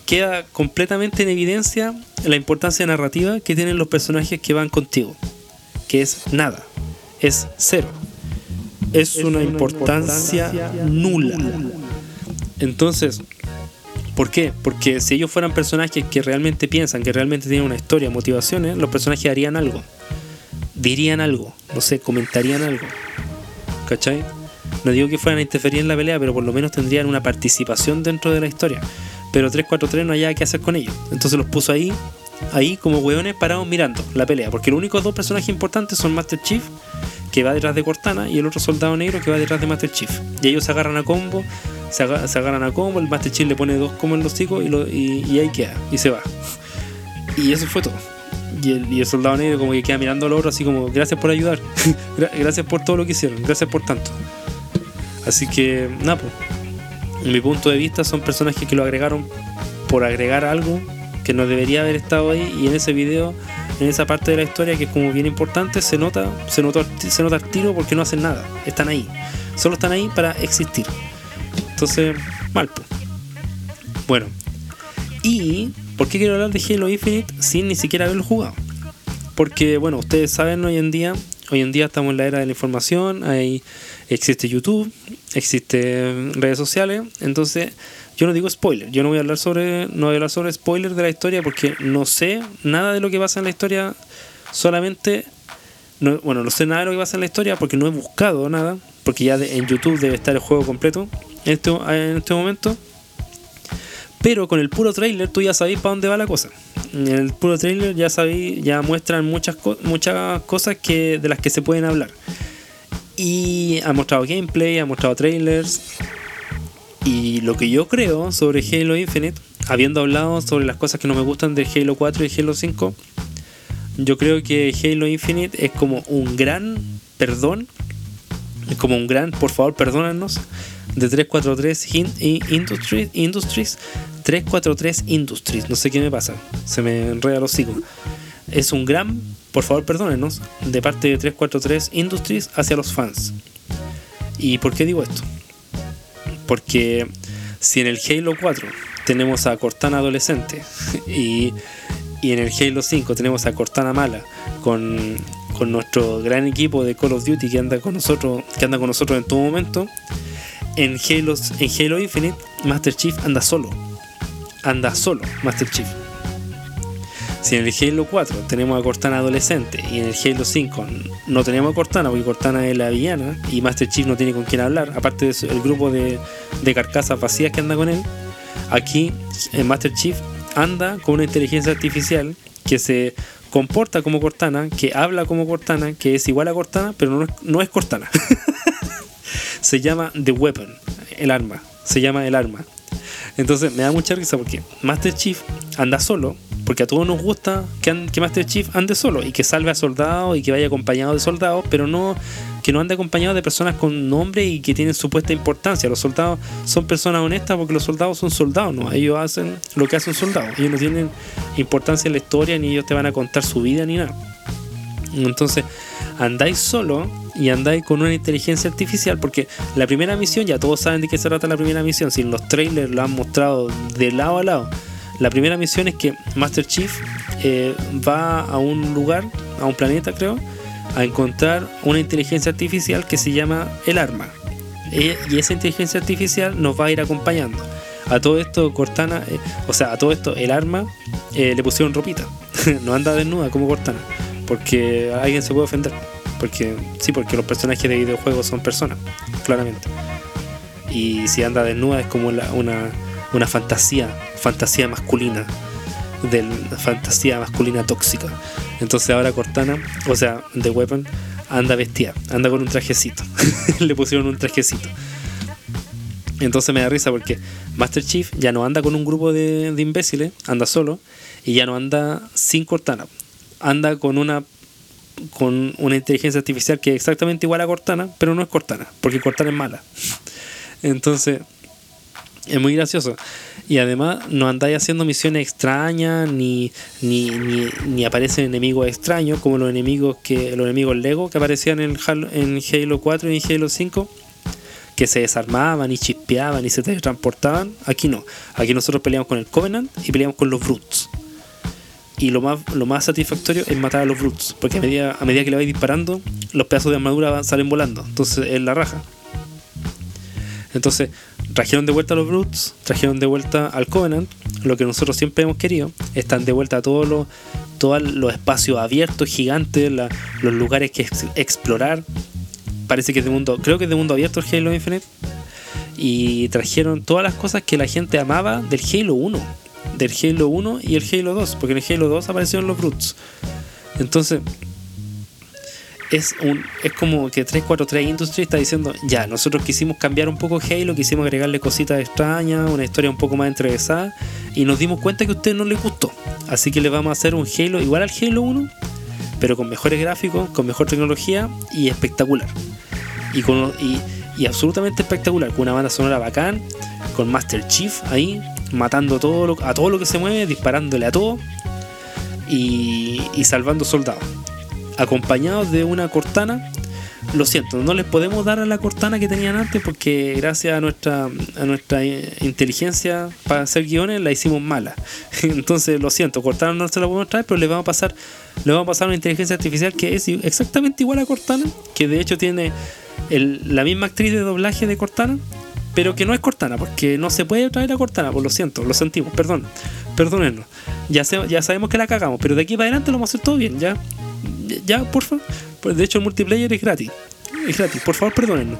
queda completamente en evidencia la importancia narrativa que tienen los personajes que van contigo, que es nada, es cero, es una importancia nula. Entonces, ¿por qué? Porque si ellos fueran personajes que realmente piensan, que realmente tienen una historia, motivaciones, los personajes harían algo, dirían algo, no sé, comentarían algo, ¿cachai? No digo que fueran a interferir en la pelea, pero por lo menos tendrían una participación dentro de la historia. Pero 343 no había qué hacer con ellos. Entonces los puso ahí como hueones parados mirando la pelea. Porque los únicos dos personajes importantes son Master Chief, que va detrás de Cortana, y el otro soldado negro que va detrás de Master Chief. Y ellos se agarran a combo, el Master Chief le pone 2 combos en los hocicos y ahí queda, y se va. Y eso fue todo. Y el soldado negro como que queda mirando al otro así como, gracias por ayudar, gracias por todo lo que hicieron, gracias por tanto. Así que, nada, pues, en mi punto de vista son personajes que lo agregaron por agregar algo que no debería haber estado ahí, y en ese video, en esa parte de la historia que es como bien importante, se nota al tiro porque no hacen nada, están ahí, solo están ahí para existir. Entonces, mal, pues. Bueno, y ¿por qué quiero hablar de Halo Infinite sin ni siquiera haberlo jugado? Porque, bueno, ustedes saben, hoy en día estamos en la era de la información, existe YouTube, existe redes sociales, entonces yo no digo spoiler, yo no voy a hablar sobre spoilers de la historia porque no sé nada de lo que pasa en la historia, no sé nada de lo que pasa en la historia porque no he buscado nada, porque ya en YouTube debe estar el juego completo en este momento. Pero con el puro trailer tú ya sabés para dónde va la cosa. En el puro trailer ya muestran muchas cosas de las que se pueden hablar. Y ha mostrado gameplay, ha mostrado trailers. Y lo que yo creo sobre Halo Infinite, habiendo hablado sobre las cosas que no me gustan de Halo 4 y Halo 5, yo creo que Halo Infinite es como un gran perdón, es como un gran, por favor, perdónanos, de 343 Industries. 343 Industries, no sé qué me pasa, se me enreda los hocicos. Es un gran, por favor, perdónenos, de parte de 343 Industries hacia los fans. ¿Y por qué digo esto? Porque si en el Halo 4 tenemos a Cortana adolescente y en el Halo 5 tenemos a Cortana mala con nuestro gran equipo de Call of Duty que anda con nosotros en todo momento, en Halo Infinite Master Chief anda solo Master Chief. Si en el Halo 4 tenemos a Cortana adolescente y en el Halo 5 no tenemos a Cortana porque Cortana es la villana y Master Chief no tiene con quién hablar, aparte del grupo de carcasas vacías que anda con él, aquí el Master Chief anda con una inteligencia artificial que se comporta como Cortana, que habla como Cortana, que es igual a Cortana, pero no es Cortana. Se llama The Weapon, el arma. Entonces me da mucha risa porque Master Chief anda solo, porque a todos nos gusta que Master Chief ande solo y que salve a soldados y que vaya acompañado de soldados, pero que no ande acompañado de personas con nombre y que tienen supuesta importancia. Los soldados son personas honestas porque los soldados son soldados, ¿no? Ellos hacen lo que hace un soldado, ellos no tienen importancia en la historia, ni ellos te van a contar su vida ni nada. Entonces andáis solo y andáis con una inteligencia artificial, porque la primera misión, ya todos saben de qué se trata la primera misión, si los trailers lo han mostrado de lado a lado. La primera misión es que Master Chief va a un lugar, a un planeta creo, a encontrar una inteligencia artificial que se llama el arma, y esa inteligencia artificial nos va a ir acompañando. A todo esto Cortana, el arma le pusieron ropita. No anda desnuda como Cortana, porque alguien se puede ofender. Porque los personajes de videojuegos son personas, claramente. Y si anda desnuda es como una fantasía masculina, fantasía masculina tóxica. Entonces ahora Cortana, The Weapon, anda vestida, anda con un trajecito. Le pusieron un trajecito. Entonces me da risa porque Master Chief ya no anda con un grupo de imbéciles, anda solo, y ya no anda sin Cortana, anda con una inteligencia artificial que es exactamente igual a Cortana, pero no es Cortana, porque Cortana es mala. Entonces es muy gracioso. Y además no andáis haciendo misiones extrañas ni aparecen enemigos extraños como los enemigos Lego que aparecían en Halo 4 y en Halo 5, que se desarmaban y chispeaban y se teletransportaban. Aquí no. Aquí nosotros peleamos con el Covenant y peleamos con los Brutes. Y lo más satisfactorio es matar a los Brutes, porque a medida que le vais disparando, los pedazos de armadura salen volando. Entonces es la raja. Entonces trajeron de vuelta a los Brutes, trajeron de vuelta al Covenant, lo que nosotros siempre hemos querido. Están de vuelta a todos los espacios abiertos, gigantes, los lugares que explorar. Parece que es creo que es de mundo abierto el Halo Infinite. Y trajeron todas las cosas que la gente amaba del Halo 1. Del Halo 1 y el Halo 2, porque en el Halo 2 aparecieron los Brutes. Entonces es como que 343 Industries está diciendo, ya, nosotros quisimos cambiar un poco Halo, quisimos agregarle cositas extrañas, una historia un poco más entrevesada, y nos dimos cuenta que a ustedes no les gustó, así que les vamos a hacer un Halo igual al Halo 1, pero con mejores gráficos, con mejor tecnología y espectacular, y absolutamente espectacular, con una banda sonora bacán, con Master Chief ahí matando a todo lo que se mueve, disparándole a todo y salvando soldados, acompañados de una Cortana. Lo siento, no les podemos dar a la Cortana que tenían antes, porque gracias a nuestra inteligencia para hacer guiones la hicimos mala. Entonces lo siento, Cortana no se la podemos traer, pero le vamos a pasar una inteligencia artificial que es exactamente igual a Cortana, que de hecho tiene la misma actriz de doblaje de Cortana, pero que no es Cortana, porque no se puede traer a Cortana, pues lo siento, lo sentimos, perdónennos. Ya sabemos que la cagamos, pero de aquí para adelante lo vamos a hacer todo bien, ya, por favor. Pues de hecho el multiplayer es gratis, por favor, perdónennos.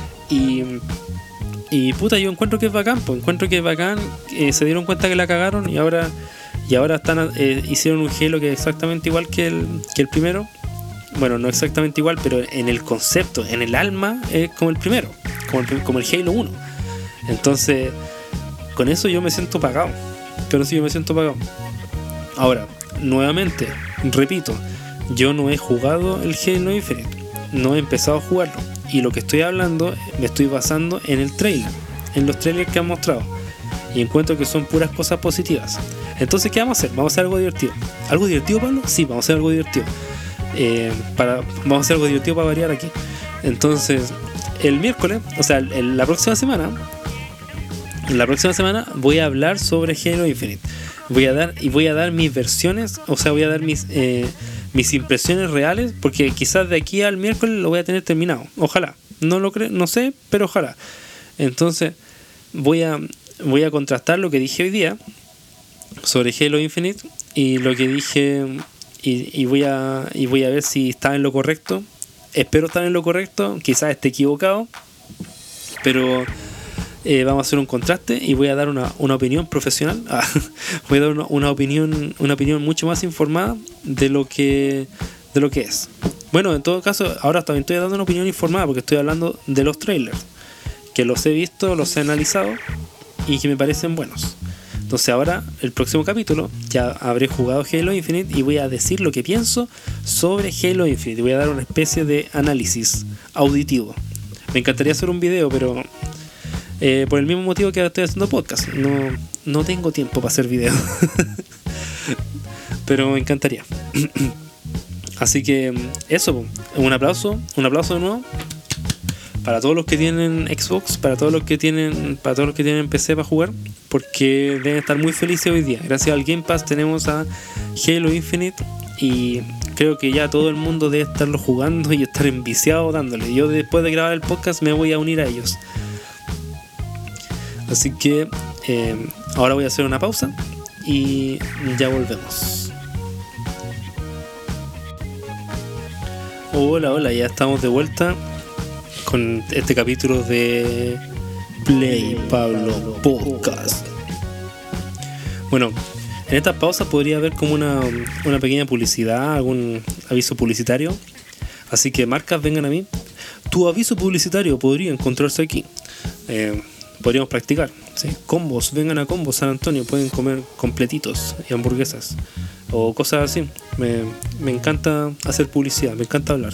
Y puta, yo encuentro que es bacán, se dieron cuenta que la cagaron y ahora hicieron un Halo que es exactamente igual que el primero. Bueno, no exactamente igual, pero en el concepto, en el alma, es como el primero, como el Halo 1. Entonces, con eso yo me siento pagado. Ahora, nuevamente, repito, yo no he jugado el Halo Infinite, no he empezado a jugarlo. Y lo que estoy hablando, me estoy basando en el trailer, en los trailers que han mostrado. Y encuentro que son puras cosas positivas. Entonces, ¿qué vamos a hacer? ¿Vamos a hacer algo divertido? ¿Algo divertido, Pablo? Sí, vamos a hacer algo divertido. Vamos a hacer algo divertido para variar aquí. Entonces, el miércoles, o sea, la próxima semana voy a hablar sobre Halo Infinite. Voy a dar mis versiones, o sea, voy a dar mis impresiones reales, porque quizás de aquí al miércoles lo voy a tener terminado. Ojalá. No lo creo, no sé, pero ojalá. Entonces, voy a contrastar lo que dije hoy día sobre Halo Infinite y lo que dije. Y voy a ver si está en lo correcto. Espero estar en lo correcto. Quizás esté equivocado, pero vamos a hacer un contraste y voy a dar una opinión profesional. Voy a dar una opinión mucho más informada de lo que es. Bueno, en todo caso, ahora también estoy dando una opinión informada porque estoy hablando de los trailers, que los he visto, los he analizado y que me parecen buenos. Entonces ahora, el próximo capítulo, ya habré jugado Halo Infinite y voy a decir lo que pienso sobre Halo Infinite. Voy a dar una especie de análisis auditivo. Me encantaría hacer un video, pero por el mismo motivo que estoy haciendo podcast, no tengo tiempo para hacer video. Pero me encantaría. Así que eso, un aplauso de nuevo para todos los que tienen Xbox, para todos los que tienen PC para jugar, porque deben estar muy felices hoy día. Gracias al Game Pass tenemos a Halo Infinite y creo que ya todo el mundo debe estarlo jugando y estar enviciado dándole. Yo después de grabar el podcast me voy a unir a ellos. Así que ahora voy a hacer una pausa y ya volvemos. Hola, ya estamos de vuelta con este capítulo de Play Pablo Podcast. Bueno, en estas pausas podría haber como una pequeña publicidad, algún aviso publicitario. Así que marcas, vengan a mí. Tu aviso publicitario podría encontrarse aquí. Podríamos practicar, ¿sí? Combos, vengan a Combos San Antonio, pueden comer completitos y hamburguesas o cosas así. Me encanta hacer publicidad, me encanta hablar.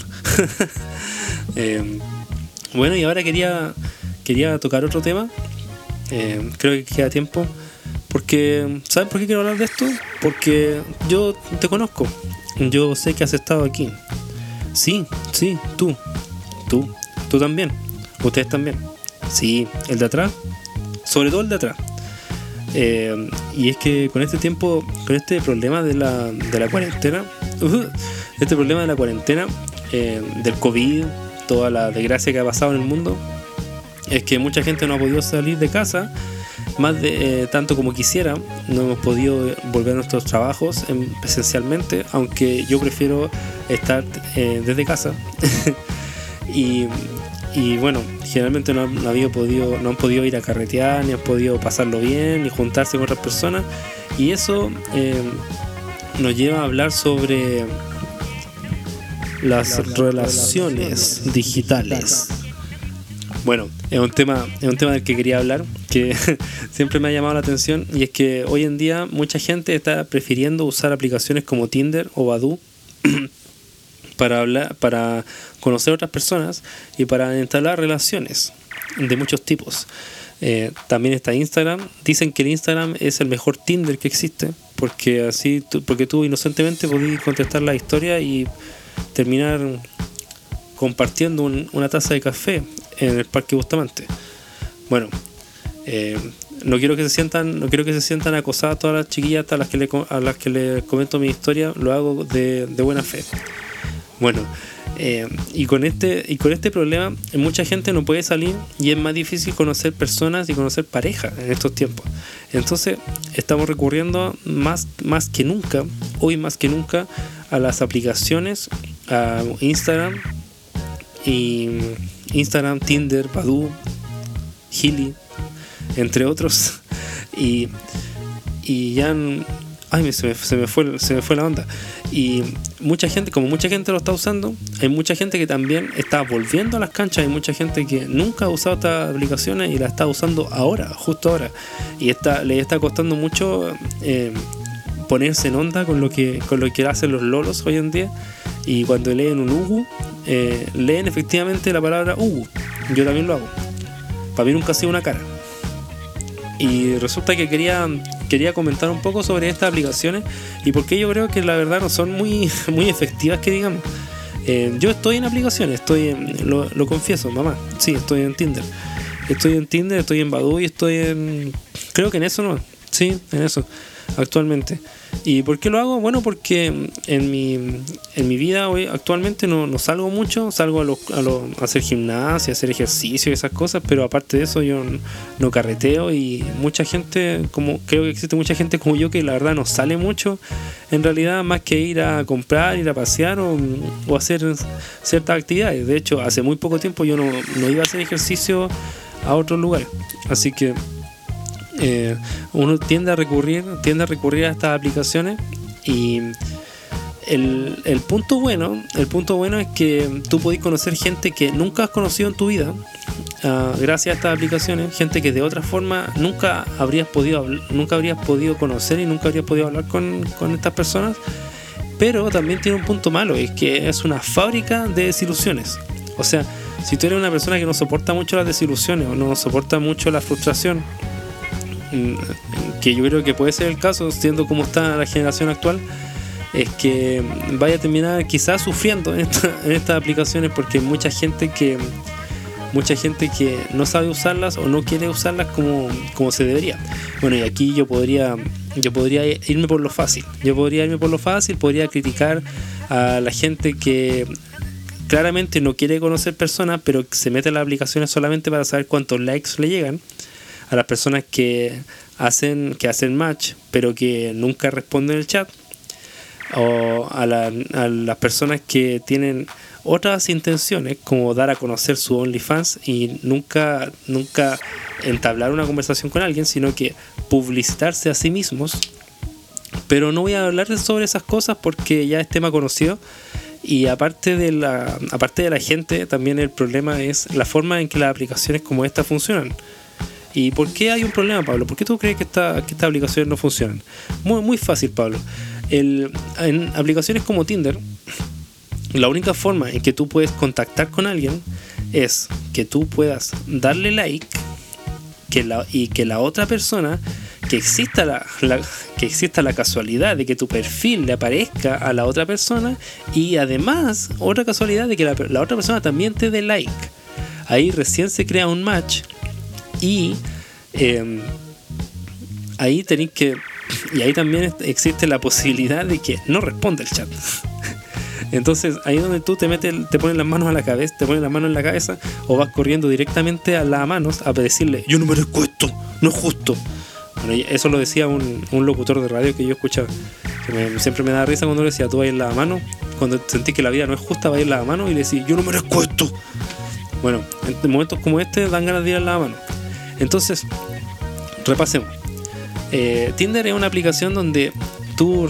Bueno, y ahora quería tocar otro tema. Creo que queda tiempo. Porque, ¿sabes por qué quiero hablar de esto? Porque yo te conozco. Yo sé que has estado aquí. Sí, tú también. Ustedes también. Sí, el de atrás, sobre todo el de atrás. Y es que con este tiempo, con este problema de la cuarentena, del COVID, toda la desgracia que ha pasado en el mundo, es que mucha gente no ha podido salir de casa, más de tanto como quisiera. No hemos podido volver a nuestros trabajos presencialmente, aunque yo prefiero estar desde casa. y bueno, generalmente no han podido ir a carretear, ni han podido pasarlo bien, ni juntarse con otras personas, y eso nos lleva a hablar sobre las relaciones digitales. Bueno, es un tema del que quería hablar, que siempre me ha llamado la atención, y es que hoy en día mucha gente está prefiriendo usar aplicaciones como Tinder o Badoo para conocer otras personas y para entablar relaciones de muchos tipos. También está Instagram. Dicen que el Instagram es el mejor Tinder que existe, porque tú inocentemente podés contestar la historia y terminar compartiendo una taza de café en el Parque Bustamante. Bueno, no quiero que se sientan acosadas todas las chiquillas a las que les comento mi historia. Lo hago de buena fe. Bueno, y con este problema mucha gente no puede salir y es más difícil conocer personas y conocer pareja en estos tiempos. Entonces estamos recurriendo hoy más que nunca, a las aplicaciones, a Instagram, Tinder, Badoo, Hili, entre otros, y ya se me fue la onda. Y mucha gente lo está usando. Hay mucha gente que también está volviendo a las canchas. Hay mucha gente que nunca ha usado estas aplicaciones y la está usando justo ahora, y le está costando mucho ponerse en onda con lo que hacen los lolos hoy en día. Y cuando leen un Ugu, leen efectivamente la palabra Ugu. Yo también lo hago. Para mí nunca ha sido una cara. Y resulta que quería comentar un poco sobre estas aplicaciones y por qué yo creo que la verdad no son muy efectivas, que digamos. Yo estoy en aplicaciones, lo confieso, mamá. Sí, estoy en Tinder. Estoy en Badoo y creo que en eso no. Sí, en eso, actualmente. ¿Y por qué lo hago? Bueno, porque en mi vida hoy actualmente no salgo mucho. Salgo a hacer gimnasia, a hacer ejercicio y esas cosas, pero aparte de eso yo no carreteo. Y creo que existe mucha gente como yo que la verdad no sale mucho en realidad, más que ir a comprar, ir a pasear o hacer ciertas actividades. De hecho, hace muy poco tiempo yo no iba a hacer ejercicio a otros lugares, así que uno tiende a recurrir a estas aplicaciones. Y el punto bueno es que tú podés conocer gente que nunca has conocido en tu vida, gracias a estas aplicaciones, gente que de otra forma nunca habrías podido conocer y nunca habrías podido hablar con estas personas. Pero también tiene un punto malo, es que es una fábrica de desilusiones. O sea, si tú eres una persona que no soporta mucho las desilusiones o no soporta mucho la frustración, que yo creo que puede ser el caso siendo como está la generación actual, es que vaya a terminar quizás sufriendo en estas aplicaciones, porque hay mucha gente que no sabe usarlas o no quiere usarlas como se debería. Bueno, y aquí yo podría irme por lo fácil. Podría criticar a la gente que claramente no quiere conocer personas, pero se mete en las aplicaciones solamente para saber cuántos likes le llegan. A las personas que hacen match pero que nunca responden el chat, o a las personas que tienen otras intenciones, como dar a conocer su OnlyFans y nunca entablar una conversación con alguien, sino que publicitarse a sí mismos. Pero no voy a hablar sobre esas cosas porque ya es tema conocido. Y aparte de la gente, también el problema es la forma en que las aplicaciones como esta funcionan. ¿Y por qué hay un problema, Pablo? ¿Por qué tú crees que estas aplicaciones no funcionan? Muy, muy fácil, Pablo. En aplicaciones como Tinder, la única forma en que tú puedes contactar con alguien es que tú puedas darle like, y que la otra persona, que exista la casualidad de que tu perfil le aparezca a la otra persona, y además otra casualidad de que la otra persona también te dé like. Ahí recién se crea un match Y ahí tenéis que... Y ahí también existe la posibilidad de que no responda el chat. Entonces ahí donde tú te pones las manos a la cabeza, te pones las manos en la cabeza, o vas corriendo directamente a las manos a decirle: yo no merezco esto, no es justo. Bueno, eso lo decía un locutor de radio que yo escuchaba, que siempre me da risa cuando le decía: tú vas a ir la mano, cuando sentís que la vida no es justa, vas a ir la mano y le decís: yo no merezco esto. Bueno, en momentos como este dan ganas de ir a la mano. Entonces, repasemos. Tinder es una aplicación donde tú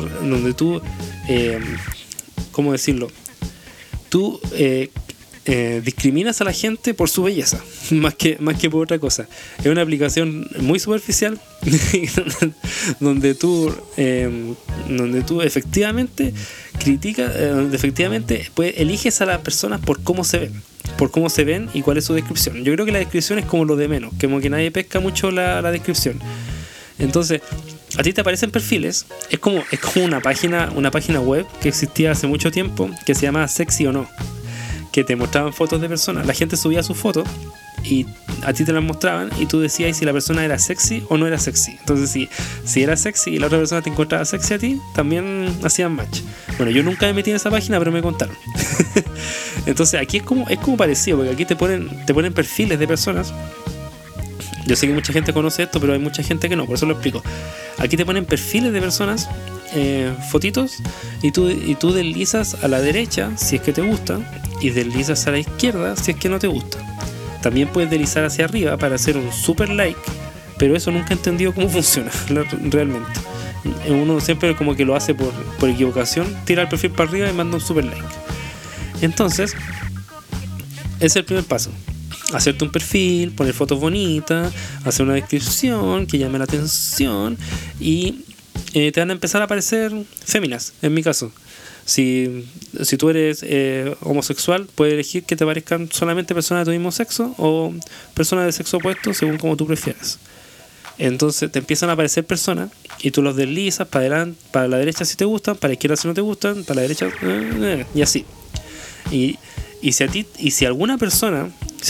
¿cómo decirlo? Tú discriminas a la gente por su belleza, más que por otra cosa. Es una aplicación muy superficial donde tú efectivamente criticas, efectivamente pues, eliges a las personas por cómo se ven y cuál es su descripción. Yo creo que la descripción es como lo de menos, como que nadie pesca mucho la descripción. Entonces, a ti te aparecen perfiles, es como una página web que existía hace mucho tiempo, que se llamaba Sexy o No, que te mostraban fotos de personas. La gente subía sus fotos y a ti te las mostraban y tú decías si la persona era sexy o no era sexy. Entonces, si era sexy y la otra persona te encontraba sexy a ti, también hacían match. Bueno, yo nunca me metí en esa página, pero me contaron. Entonces, aquí es como parecido, porque aquí te ponen perfiles de personas. Yo sé que mucha gente conoce esto, pero hay mucha gente que no, por eso lo explico. Aquí te ponen perfiles de personas, fotitos, y tú deslizas a la derecha si es que te gusta, y deslizas a la izquierda si es que no te gusta. También puedes deslizar hacia arriba para hacer un super like, pero eso nunca he entendido cómo funciona realmente. Uno siempre como que lo hace por equivocación, tira el perfil para arriba y manda un super like. Entonces, ese es el primer paso. Hacerte un perfil, poner fotos bonitas, hacer una descripción que llame la atención y te van a empezar a aparecer féminas, en mi caso. Si tú eres homosexual, puedes elegir que te parezcan solamente personas de tu mismo sexo o personas de sexo opuesto, según como tú prefieras. Entonces te empiezan a aparecer personas y tú los deslizas para adelante, para la derecha si te gustan, para la izquierda si no te gustan, para la derecha y así. Y si alguna persona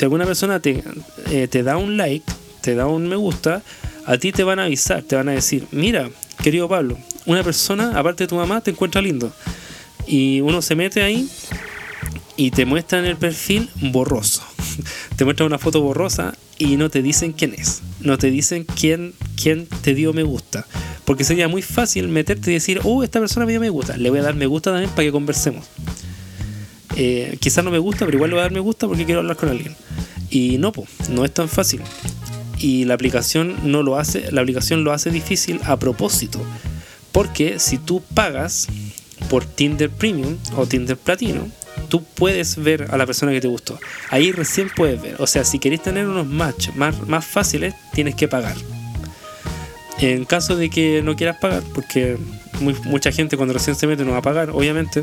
te da un like, te da un me gusta, a ti te van a avisar, te van a decir: mira, querido Pablo, una persona, aparte de tu mamá, te encuentra lindo. Y uno se mete ahí y te muestran el perfil borroso. Te muestran una foto borrosa y no te dicen quién es. No te dicen quién te dio me gusta. Porque sería muy fácil meterte y decir: esta persona me dio me gusta, le voy a dar me gusta también para que conversemos. Quizás no me gusta, pero igual le voy a dar me gusta porque quiero hablar con alguien. Y no es tan fácil. Y la aplicación lo hace difícil a propósito. Porque si tú pagas por Tinder Premium o Tinder Platino, tú puedes ver a la persona que te gustó. Ahí recién puedes ver. O sea, si querés tener unos match más fáciles, tienes que pagar. En caso de que no quieras pagar, porque mucha gente cuando recién se mete no va a pagar, obviamente.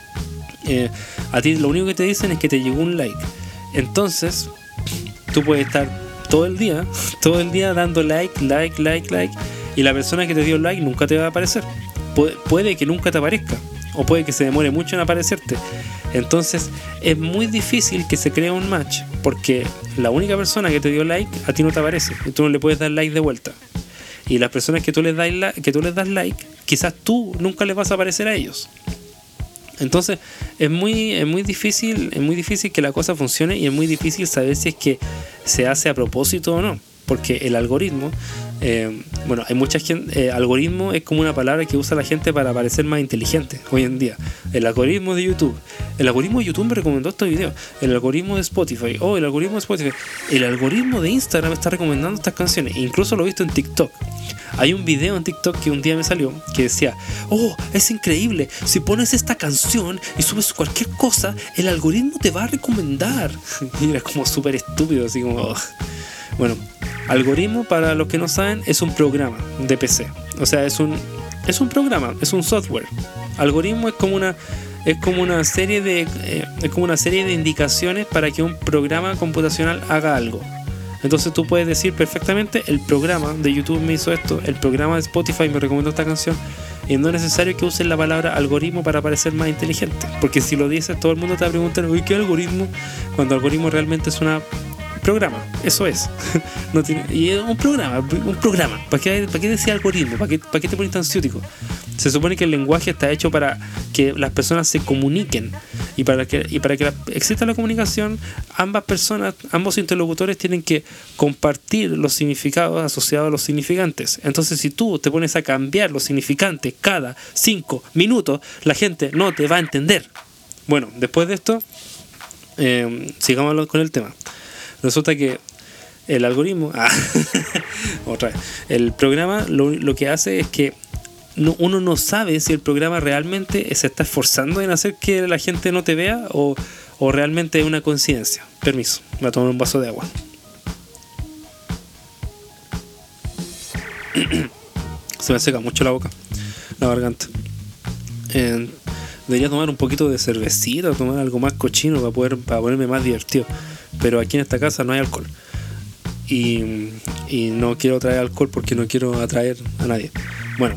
A ti lo único que te dicen es que te llegó un like. Entonces tú puedes estar todo el día dando like, y la persona que te dio like nunca te va a aparecer. Puede que nunca te aparezca, o puede que se demore mucho en aparecerte. Entonces es muy difícil que se cree un match, porque la única persona que te dio like a ti no te aparece y tú no le puedes dar like de vuelta. Y las personas que tú les das like, quizás tú nunca les vas a aparecer a ellos. Entonces es muy difícil que la cosa funcione, y es muy difícil saber si es que se hace a propósito o no, porque el algoritmo, hay mucha gente, algoritmo es como una palabra que usa la gente para parecer más inteligente hoy en día. El algoritmo de YouTube me recomendó este video. El algoritmo de Spotify, el algoritmo de Instagram me está recomendando estas canciones. Incluso lo he visto en TikTok. Hay un video en TikTok que un día me salió que decía: es increíble, si pones esta canción y subes cualquier cosa, el algoritmo te va a recomendar. Y era como súper estúpido, así como... Bueno, algoritmo, para los que no saben, es un programa de PC. O sea, es un programa, es un software. Algoritmo es como una serie de indicaciones para que un programa computacional haga algo. Entonces tú puedes decir perfectamente: el programa de YouTube me hizo esto, el programa de Spotify me recomendó esta canción. Y no es necesario que uses la palabra algoritmo para parecer más inteligente, porque si lo dices todo el mundo te va a preguntar: ¿qué algoritmo? Cuando algoritmo realmente es una programa, eso es. No tiene, y es un programa. ¿Para qué decía algoritmo? ¿Para qué te pones tan ciútico? Se supone que el lenguaje está hecho para que las personas se comuniquen y para que exista la comunicación, ambos interlocutores tienen que compartir los significados asociados a los significantes. Entonces, si tú te pones a cambiar los significantes cada 5 minutos, la gente no te va a entender. Bueno, después de esto, sigamos con el tema. Resulta que el algoritmo, otra vez, el programa lo que hace es que uno no sabe si el programa realmente se está esforzando en hacer que la gente no te vea o realmente es una coincidencia. Permiso, voy a tomar un vaso de agua. Se me seca mucho la boca, la garganta. Debería tomar un poquito de cervecita o tomar algo más cochino para ponerme más divertido. Pero aquí en esta casa no hay alcohol. Y no quiero traer alcohol porque no quiero atraer a nadie. Bueno,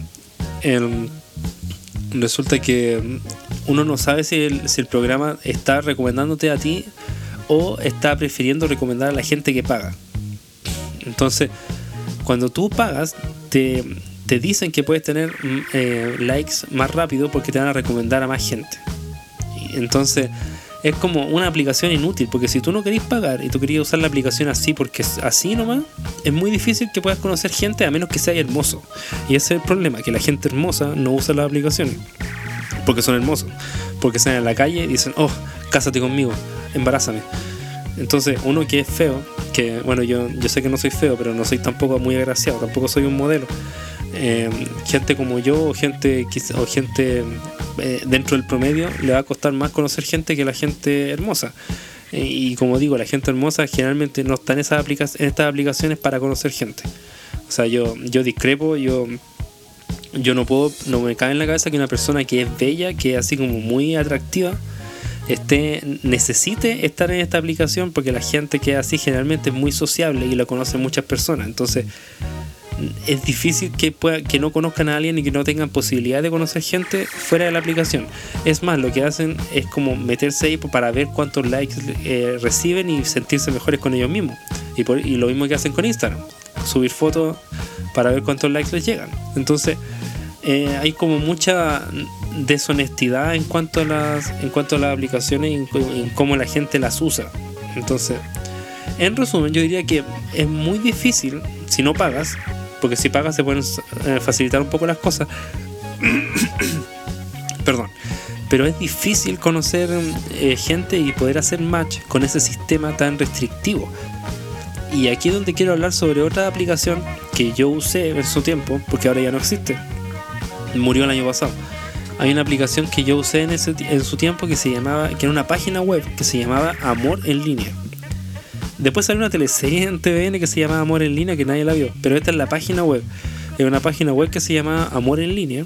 resulta que uno no sabe si el programa está recomendándote a ti o está prefiriendo recomendar a la gente que paga. Entonces, cuando tú pagas, te dicen que puedes tener likes más rápido porque te van a recomendar a más gente. Entonces es como una aplicación inútil, porque si tú no querés pagar y tú querías usar la aplicación así porque así nomás, es muy difícil que puedas conocer gente a menos que sea hermoso. Y ese es el problema, que la gente hermosa no usa las aplicaciones porque son hermosos, porque salen en la calle y dicen, oh, cásate conmigo, embarázame. Entonces uno que es feo, que bueno, yo sé que no soy feo, pero no soy tampoco muy agraciado, tampoco soy un modelo. Gente como yo o gente dentro del promedio le va a costar más conocer gente que la gente hermosa. Y como digo, la gente hermosa generalmente no está en estas aplicaciones para conocer gente. O sea, yo discrepo, yo no me cabe en la cabeza que una persona que es bella, que es así como muy atractiva, necesite estar en esta aplicación, porque la gente que es así generalmente es muy sociable y lo conocen muchas personas. Entonces es difícil que no conozcan a alguien y que no tengan posibilidad de conocer gente fuera de la aplicación. Es más, lo que hacen es como meterse ahí para ver cuántos likes reciben y sentirse mejores con ellos mismos. Y lo mismo que hacen con Instagram, subir fotos para ver cuántos likes les llegan. Entonces hay como mucha deshonestidad en cuanto a las aplicaciones y en cómo la gente las usa. Entonces, en resumen, yo diría que es muy difícil si no pagas, porque si pagas se pueden facilitar un poco las cosas. Perdón. Pero es difícil conocer gente y poder hacer match con ese sistema tan restrictivo. Y aquí es donde quiero hablar sobre otra aplicación que yo usé en su tiempo, porque ahora ya no existe. Murió el año pasado. Hay una aplicación que yo usé en su tiempo que era una página web que se llamaba Amor en Línea. Después salió una teleserie en TVN que se llama Amor en Línea, que nadie la vio, pero esta es la página web. Es una página web que se llama Amor en Línea.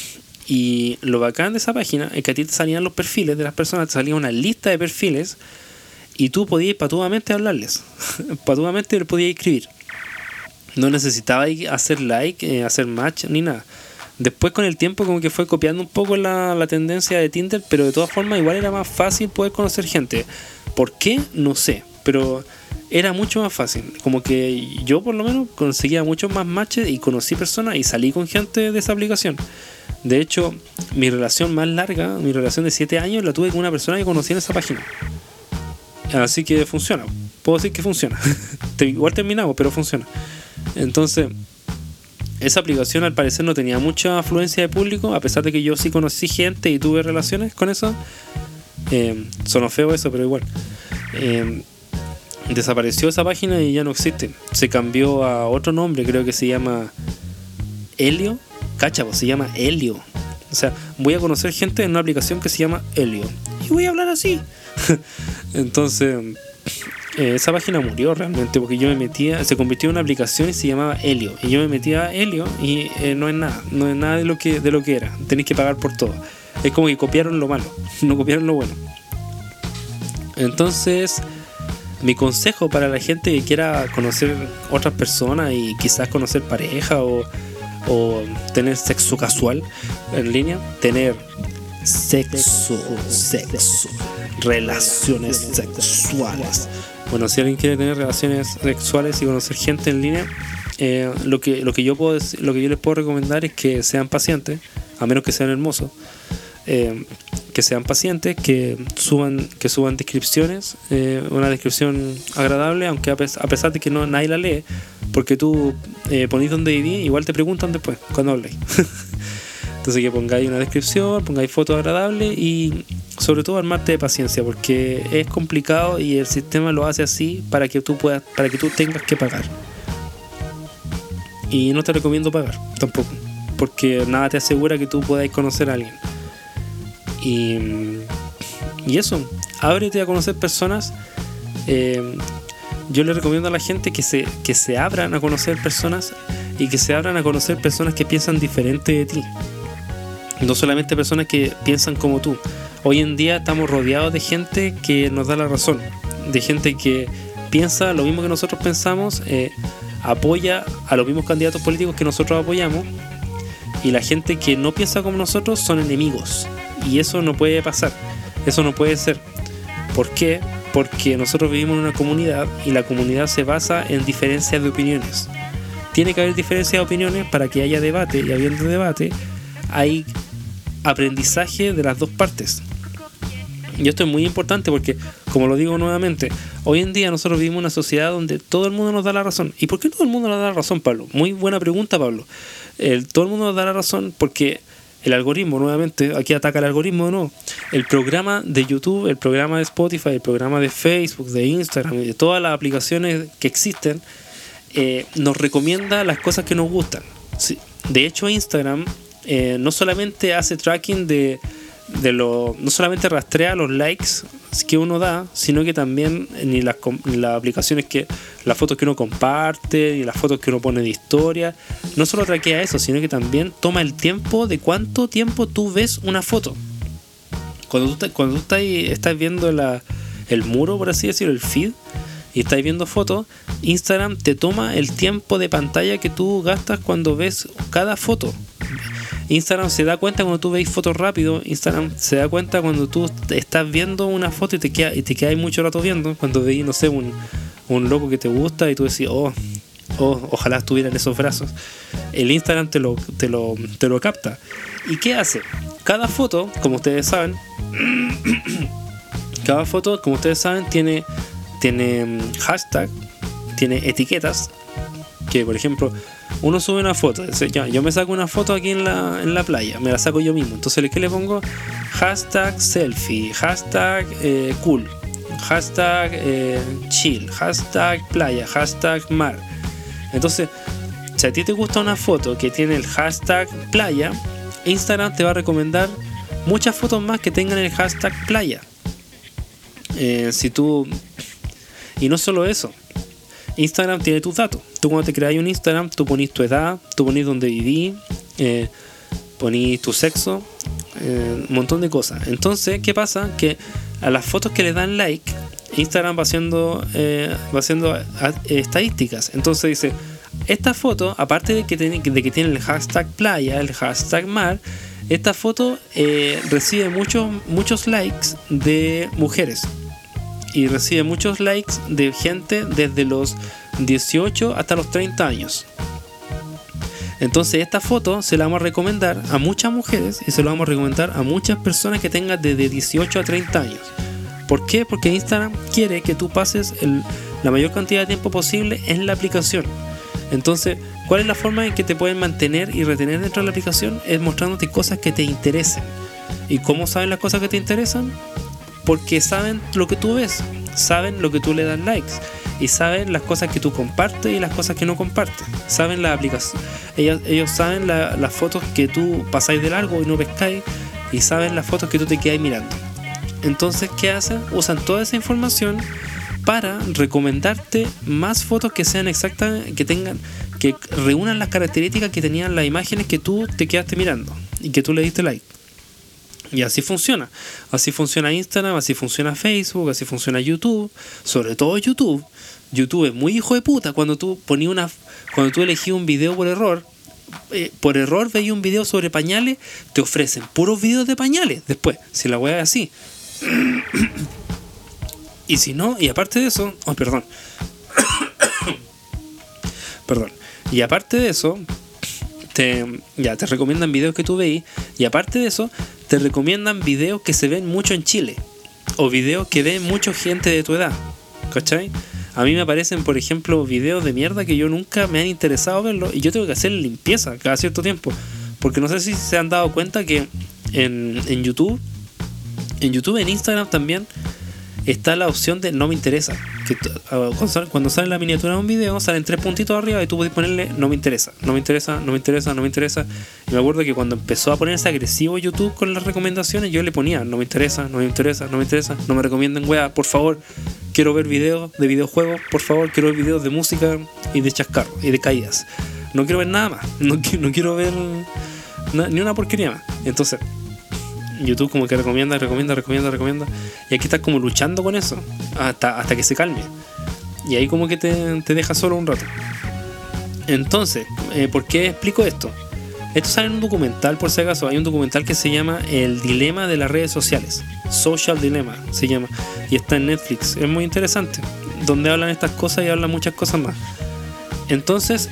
Y lo bacán de esa página es que a ti te salían los perfiles de las personas, te salía una lista de perfiles y tú podías patudamente hablarles. Patudamente le podías escribir. No necesitabas hacer like, hacer match ni nada. Después con el tiempo como que fue copiando un poco la tendencia de Tinder, pero de todas formas igual era más fácil poder conocer gente. ¿Por qué? No sé, pero era mucho más fácil. Como que yo por lo menos conseguía muchos más matches y conocí personas y salí con gente de esa aplicación. De hecho, mi relación más larga, mi relación de 7 años, la tuve con una persona que conocí en esa página. Así que funciona, puedo decir que funciona. Igual terminamos, pero funciona. Entonces, esa aplicación al parecer no tenía mucha afluencia de público, a pesar de que yo sí conocí gente y tuve relaciones con eso. Sonó feo eso, pero igual. Desapareció esa página y ya no existe. Se cambió a otro nombre, creo que se llama Helio. Cacha, pues se llama Helio. O sea, voy a conocer gente en una aplicación que se llama Helio y voy a hablar así. Entonces, esa página murió realmente porque yo me metía, se convirtió en una aplicación y se llamaba Helio. Y yo me metía a Helio y no es nada de lo que era. Tenéis que pagar por todo. Es como que copiaron lo malo, no copiaron lo bueno. Entonces, mi consejo para la gente que quiera conocer otras personas y quizás conocer pareja o tener sexo casual en línea, tener sexo. relaciones sexuales. Bueno, si alguien quiere tener relaciones sexuales y conocer gente en línea, lo que yo les puedo recomendar es que sean pacientes, a menos que sean hermosos. Que sean pacientes, que suban descripciones, una descripción agradable, aunque a pesar de que nadie la lee, porque tú ponís donde viví, igual te preguntan después, cuando hables. Entonces que pongáis una descripción, pongáis fotos agradables y sobre todo armarte de paciencia, porque es complicado y el sistema lo hace así para que tú tengas que pagar. Y no te recomiendo pagar tampoco, porque nada te asegura que tú puedas conocer a alguien. Y eso, ábrete a conocer personas. Yo le recomiendo a la gente que se abran a conocer personas y que se abran a conocer personas que piensan diferente de ti. No solamente personas que piensan como tú. Hoy en día estamos rodeados de gente que nos da la razón, de gente que piensa lo mismo que nosotros pensamos, apoya a los mismos candidatos políticos que nosotros apoyamos, y la gente que no piensa como nosotros son enemigos. Y eso no puede pasar, eso no puede ser. ¿Por qué? Porque nosotros vivimos en una comunidad y la comunidad se basa en diferencias de opiniones. Tiene que haber diferencias de opiniones para que haya debate, y habiendo debate hay aprendizaje de las dos partes. Y esto es muy importante porque, como lo digo nuevamente, hoy en día nosotros vivimos en una sociedad donde todo el mundo nos da la razón. ¿Y por qué todo el mundo nos da la razón, Pablo? Muy buena pregunta, Pablo. Todo el mundo nos da la razón porque el algoritmo, nuevamente, aquí ataca el algoritmo, ¿no? El programa de YouTube, el programa de Spotify, el programa de Facebook, de Instagram y de todas las aplicaciones que existen, nos recomienda las cosas que nos gustan. Sí. De hecho, Instagram no solamente hace tracking no solamente rastrea los likes que uno da, sino que también ni las aplicaciones las fotos que uno comparte y las fotos que uno pone de historia, no solo traquea eso, sino que también toma el tiempo de cuánto tiempo tú ves una foto. Cuando tú estás viendo el muro, por así decirlo, el feed, y estás viendo fotos, Instagram te toma el tiempo de pantalla que tú gastas cuando ves cada foto. Instagram se da cuenta cuando tú veis fotos rápido. Instagram se da cuenta cuando tú estás viendo una foto y te quedas mucho rato viendo. Cuando veis, no sé, un loco que te gusta y tú decís, ojalá estuviera en esos brazos. El Instagram te lo capta. ¿Y qué hace? Cada foto, como ustedes saben, tiene hashtag, tiene etiquetas. Que, por ejemplo, uno sube una foto, yo me saco una foto aquí en la playa, me la saco yo mismo, entonces ¿qué le pongo? Hashtag selfie, hashtag cool, hashtag chill, hashtag playa, hashtag mar. Entonces, si a ti te gusta una foto que tiene el hashtag playa, Instagram te va a recomendar muchas fotos más que tengan el hashtag playa. Y no solo eso, Instagram tiene tus datos. Tú cuando te creas un Instagram, tú ponís tu edad, tú ponís dónde vivís, ponís tu sexo, un montón de cosas. Entonces, ¿qué pasa? Que a las fotos que le dan like, Instagram va haciendo estadísticas. Entonces dice, esta foto, aparte de que tiene el hashtag playa, el hashtag mar, esta foto recibe muchos likes de mujeres. Y recibe muchos likes de gente desde los 18 hasta los 30 años. Entonces esta foto se la vamos a recomendar a muchas mujeres y se la vamos a recomendar a muchas personas que tengan desde 18 a 30 años. ¿Por qué? Porque Instagram quiere que tú pases la mayor cantidad de tiempo posible en la aplicación. Entonces, ¿cuál es la forma en que te pueden mantener y retener dentro de la aplicación? Es mostrándote cosas que te interesen. ¿Y cómo saben las cosas que te interesan? Porque saben lo que tú ves, saben lo que tú le das likes y saben las cosas que tú compartes y las cosas que no compartes. Saben la aplicación, ellos saben las fotos que tú pasáis de largo y no pescáis, y saben las fotos que tú te quedáis mirando. Entonces, ¿qué hacen? Usan toda esa información para recomendarte más fotos que sean exactas, que reúnan las características que tenían las imágenes que tú te quedaste mirando y que tú le diste like. Y así funciona Instagram, así funciona Facebook, así funciona YouTube, sobre todo YouTube. YouTube es muy hijo de puta cuando tú elegís un video por error veis un video sobre pañales, te ofrecen puros videos de pañales después, si la wea es así. Y si no, y aparte de eso, perdón. Y aparte de eso, te recomiendan videos que tú veis. Y aparte de eso, te recomiendan videos que se ven mucho en Chile. O videos que ven mucha gente de tu edad. ¿Cachai? A mí me aparecen, por ejemplo, videos de mierda que yo nunca me han interesado verlos. Y yo tengo que hacer limpieza cada cierto tiempo. Porque no sé si se han dado cuenta que en YouTube, en Instagram también, está la opción de no me interesa. Que cuando sale la miniatura de un video, salen 3 puntitos arriba y tú puedes ponerle no me interesa, no me interesa, no me interesa, no me interesa. Y me acuerdo que cuando empezó a ponerse agresivo YouTube con las recomendaciones, yo le ponía no me interesa, no me interesa, no me interesa, no me recomienden wea, por favor. Quiero ver videos de videojuegos, por favor. Quiero ver videos de música y de chascarro y de caídas. No quiero ver nada más. No quiero ver ni una porquería más. Entonces YouTube como que recomienda. Y aquí estás como luchando con eso hasta que se calme. Y ahí como que te deja solo un rato. Entonces, ¿por qué explico esto? Esto sale en un documental, por si acaso. Hay un documental que se llama El dilema de las redes sociales. Social Dilemma se llama. Y está en Netflix. Es muy interesante. Donde hablan estas cosas y hablan muchas cosas más. Entonces,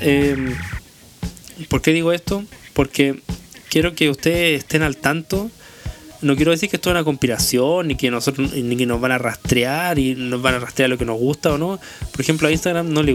¿por qué digo esto? Porque quiero que ustedes estén al tanto. No quiero decir que esto es una conspiración, ni que nos van a rastrear y nos van a rastrear lo que nos gusta o no. Por ejemplo, a Instagram no le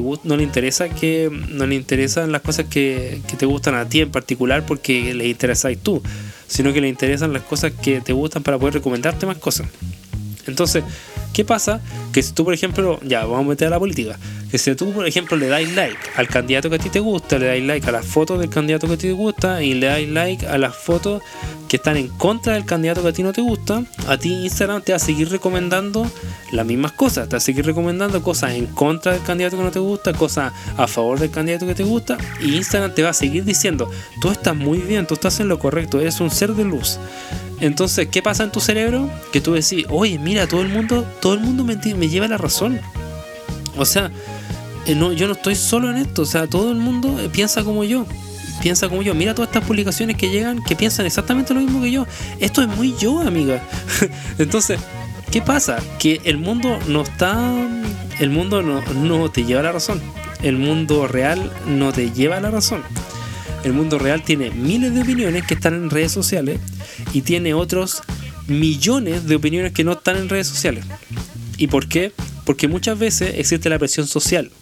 interesan las cosas que te gustan a ti en particular porque les interesáis tú, sino que le interesan las cosas que te gustan para poder recomendarte más cosas. Entonces, ¿qué pasa? Que si tú, por ejemplo, ya vamos a meter a la política, que si tú, por ejemplo, le dais like al candidato que a ti te gusta, le dais like a las fotos del candidato que a ti te gusta y le dais like a las fotos que están en contra del candidato que a ti no te gusta, a ti Instagram te va a seguir recomendando las mismas cosas, te va a seguir recomendando cosas en contra del candidato que no te gusta, cosas a favor del candidato que te gusta, y Instagram te va a seguir diciendo, tú estás muy bien, tú estás en lo correcto, eres un ser de luz. Entonces, ¿qué pasa en tu cerebro? Que tú decís, oye, mira, todo el mundo me lleva la razón. O sea, yo no estoy solo en esto. O sea, todo el mundo piensa como yo. Mira todas estas publicaciones que llegan que piensan exactamente lo mismo que yo. Esto es muy yo, amiga. Entonces, ¿qué pasa? Que el mundo no te lleva la razón. El mundo real no te lleva la razón. El mundo real tiene miles de opiniones que están en redes sociales y tiene otros millones de opiniones que no están en redes sociales. ¿Y por qué? Porque muchas veces existe la presión social.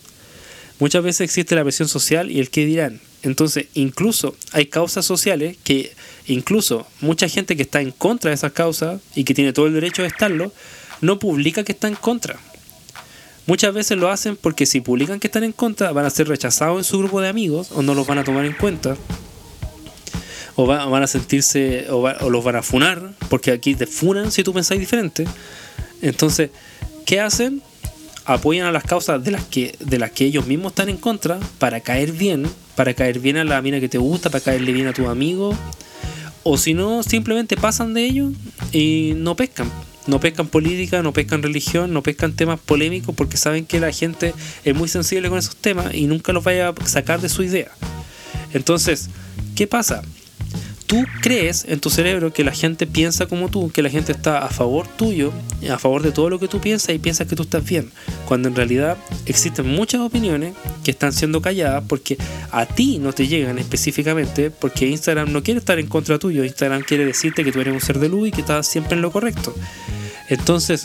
Y el qué dirán. Entonces, incluso hay causas sociales que incluso mucha gente que está en contra de esas causas y que tiene todo el derecho de estarlo, no publica que está en contra. Muchas veces lo hacen porque si publican que están en contra van a ser rechazados en su grupo de amigos o no los van a tomar en cuenta o van a sentirse o los van a funar, porque aquí te funan si tú pensáis diferente. Entonces, ¿qué hacen? Apoyan a las causas de las que ellos mismos están en contra para caer bien a la mina que te gusta, para caerle bien a tus amigos, o si no, simplemente pasan de ellos y no pescan política, no pescan religión, no pescan temas polémicos porque saben que la gente es muy sensible con esos temas y nunca los vaya a sacar de su idea. Entonces, ¿qué pasa? Tú crees en tu cerebro que la gente piensa como tú, que la gente está a favor tuyo, a favor de todo lo que tú piensas y piensas que tú estás bien, cuando en realidad existen muchas opiniones que están siendo calladas porque a ti no te llegan específicamente, porque Instagram no quiere estar en contra tuyo, Instagram quiere decirte que tú eres un ser de luz y que estás siempre en lo correcto. Entonces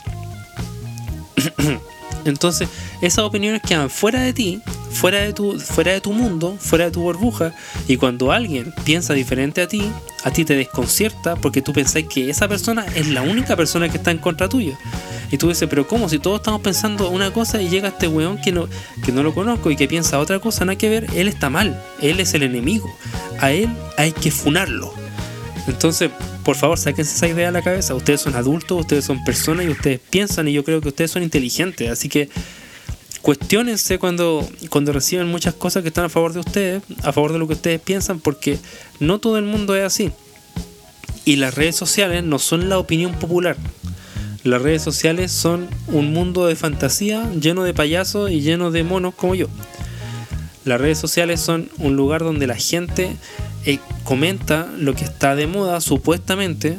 esas opiniones quedan fuera de ti, fuera de tu mundo, fuera de tu burbuja, y cuando alguien piensa diferente a ti te desconcierta porque tú pensás que esa persona es la única persona que está en contra tuyo. Y tú dices, pero ¿cómo? Si todos estamos pensando una cosa y llega este weón que no lo conozco y que piensa otra cosa, nada que ver, él está mal, él es el enemigo, a él hay que funarlo. Entonces, por favor, sáquense esa idea de la cabeza. Ustedes son adultos, ustedes son personas y ustedes piensan, y yo creo que ustedes son inteligentes. Así que cuestiónense cuando reciben muchas cosas que están a favor de ustedes, a favor de lo que ustedes piensan, porque no todo el mundo es así. Y las redes sociales no son la opinión popular. Las redes sociales son un mundo de fantasía lleno de payasos y lleno de monos como yo. Las redes sociales son un lugar donde la gente comenta lo que está de moda supuestamente,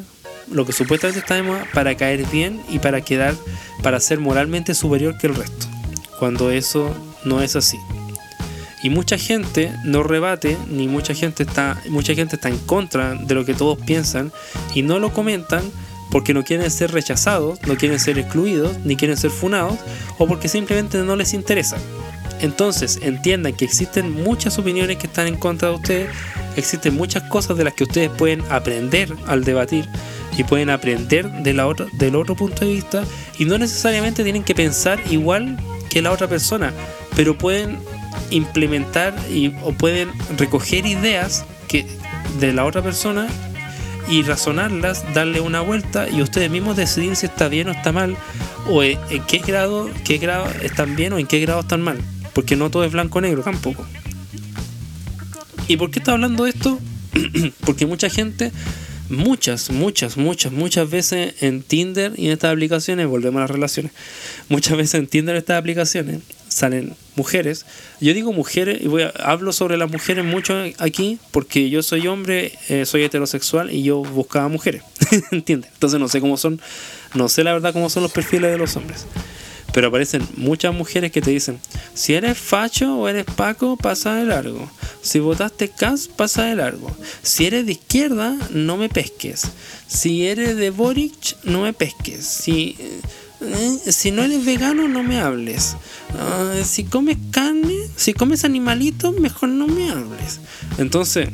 lo que supuestamente está de moda, para caer bien y para ser moralmente superior que el resto, cuando eso no es así. Y mucha gente no rebate, ni mucha gente está en contra de lo que todos piensan y no lo comentan porque no quieren ser rechazados, no quieren ser excluidos, ni quieren ser funados, o porque simplemente no les interesa. Entonces entiendan que existen muchas opiniones que están en contra de ustedes, existen muchas cosas de las que ustedes pueden aprender al debatir y pueden aprender del otro punto de vista, y no necesariamente tienen que pensar igual que la otra persona, pero pueden implementar o pueden recoger ideas de la otra persona y razonarlas, darle una vuelta y ustedes mismos decidir si está bien o está mal, o en qué grado están bien o en qué grado están mal, porque no todo es blanco o negro tampoco. ¿Y por qué está hablando de esto? Porque mucha gente, muchas veces en Tinder y en estas aplicaciones, volvemos a las relaciones, muchas veces en Tinder y estas aplicaciones salen mujeres. Yo digo mujeres y hablo sobre las mujeres mucho aquí porque yo soy hombre, soy heterosexual y yo buscaba mujeres. ¿Entiendes? Entonces no sé la verdad cómo son los perfiles de los hombres. Pero aparecen muchas mujeres que te dicen: si eres facho o eres paco, pasa de largo. Si votaste Cas, pasa de largo. Si eres de izquierda, no me pesques. Si eres de Boric, no me pesques. Si no eres vegano, no me hables. Si comes carne, si comes animalitos, mejor no me hables. Entonces,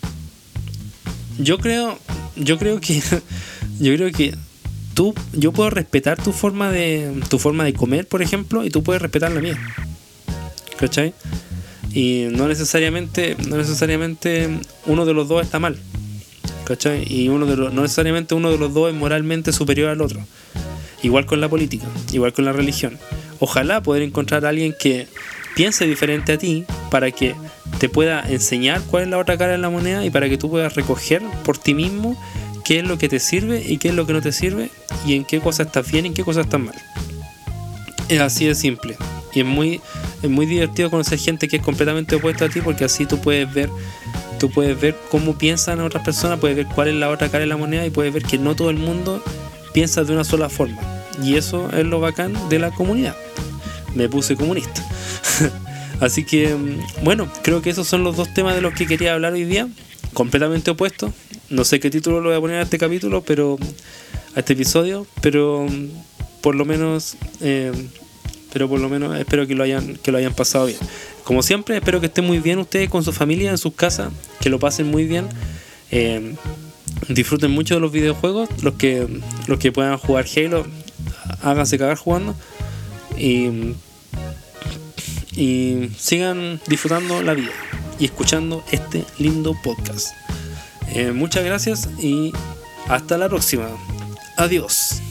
yo creo que yo puedo respetar tu forma de comer, por ejemplo, y tú puedes respetar la mía. ¿Cachai? Y no necesariamente uno de los dos está mal. ¿Cachai? Y no necesariamente uno de los dos es moralmente superior al otro. Igual con la política, igual con la religión. Ojalá poder encontrar a alguien que piense diferente a ti para que te pueda enseñar cuál es la otra cara de la moneda y para que tú puedas recoger por ti mismo qué es lo que te sirve y qué es lo que no te sirve y en qué cosas estás bien y en qué cosas estás mal. Es así de simple. Y es muy divertido conocer gente que es completamente opuesta a ti, porque así tú puedes ver cómo piensan otras personas, puedes ver cuál es la otra cara de la moneda y puedes ver que no todo el mundo piensa de una sola forma. Y eso es lo bacán de la comunidad. Me puse comunista. Así que, bueno, creo que esos son los dos temas de los que quería hablar hoy día. Completamente opuestos. No sé qué título le voy a poner a este capítulo, a este episodio, pero por lo menos espero que lo hayan pasado bien. Como siempre, espero que estén muy bien ustedes con su familia en sus casas, que lo pasen muy bien. Disfruten mucho de los videojuegos. Los que puedan jugar Halo, háganse cagar jugando y sigan disfrutando la vida y escuchando este lindo podcast. Muchas gracias y hasta la próxima. Adiós.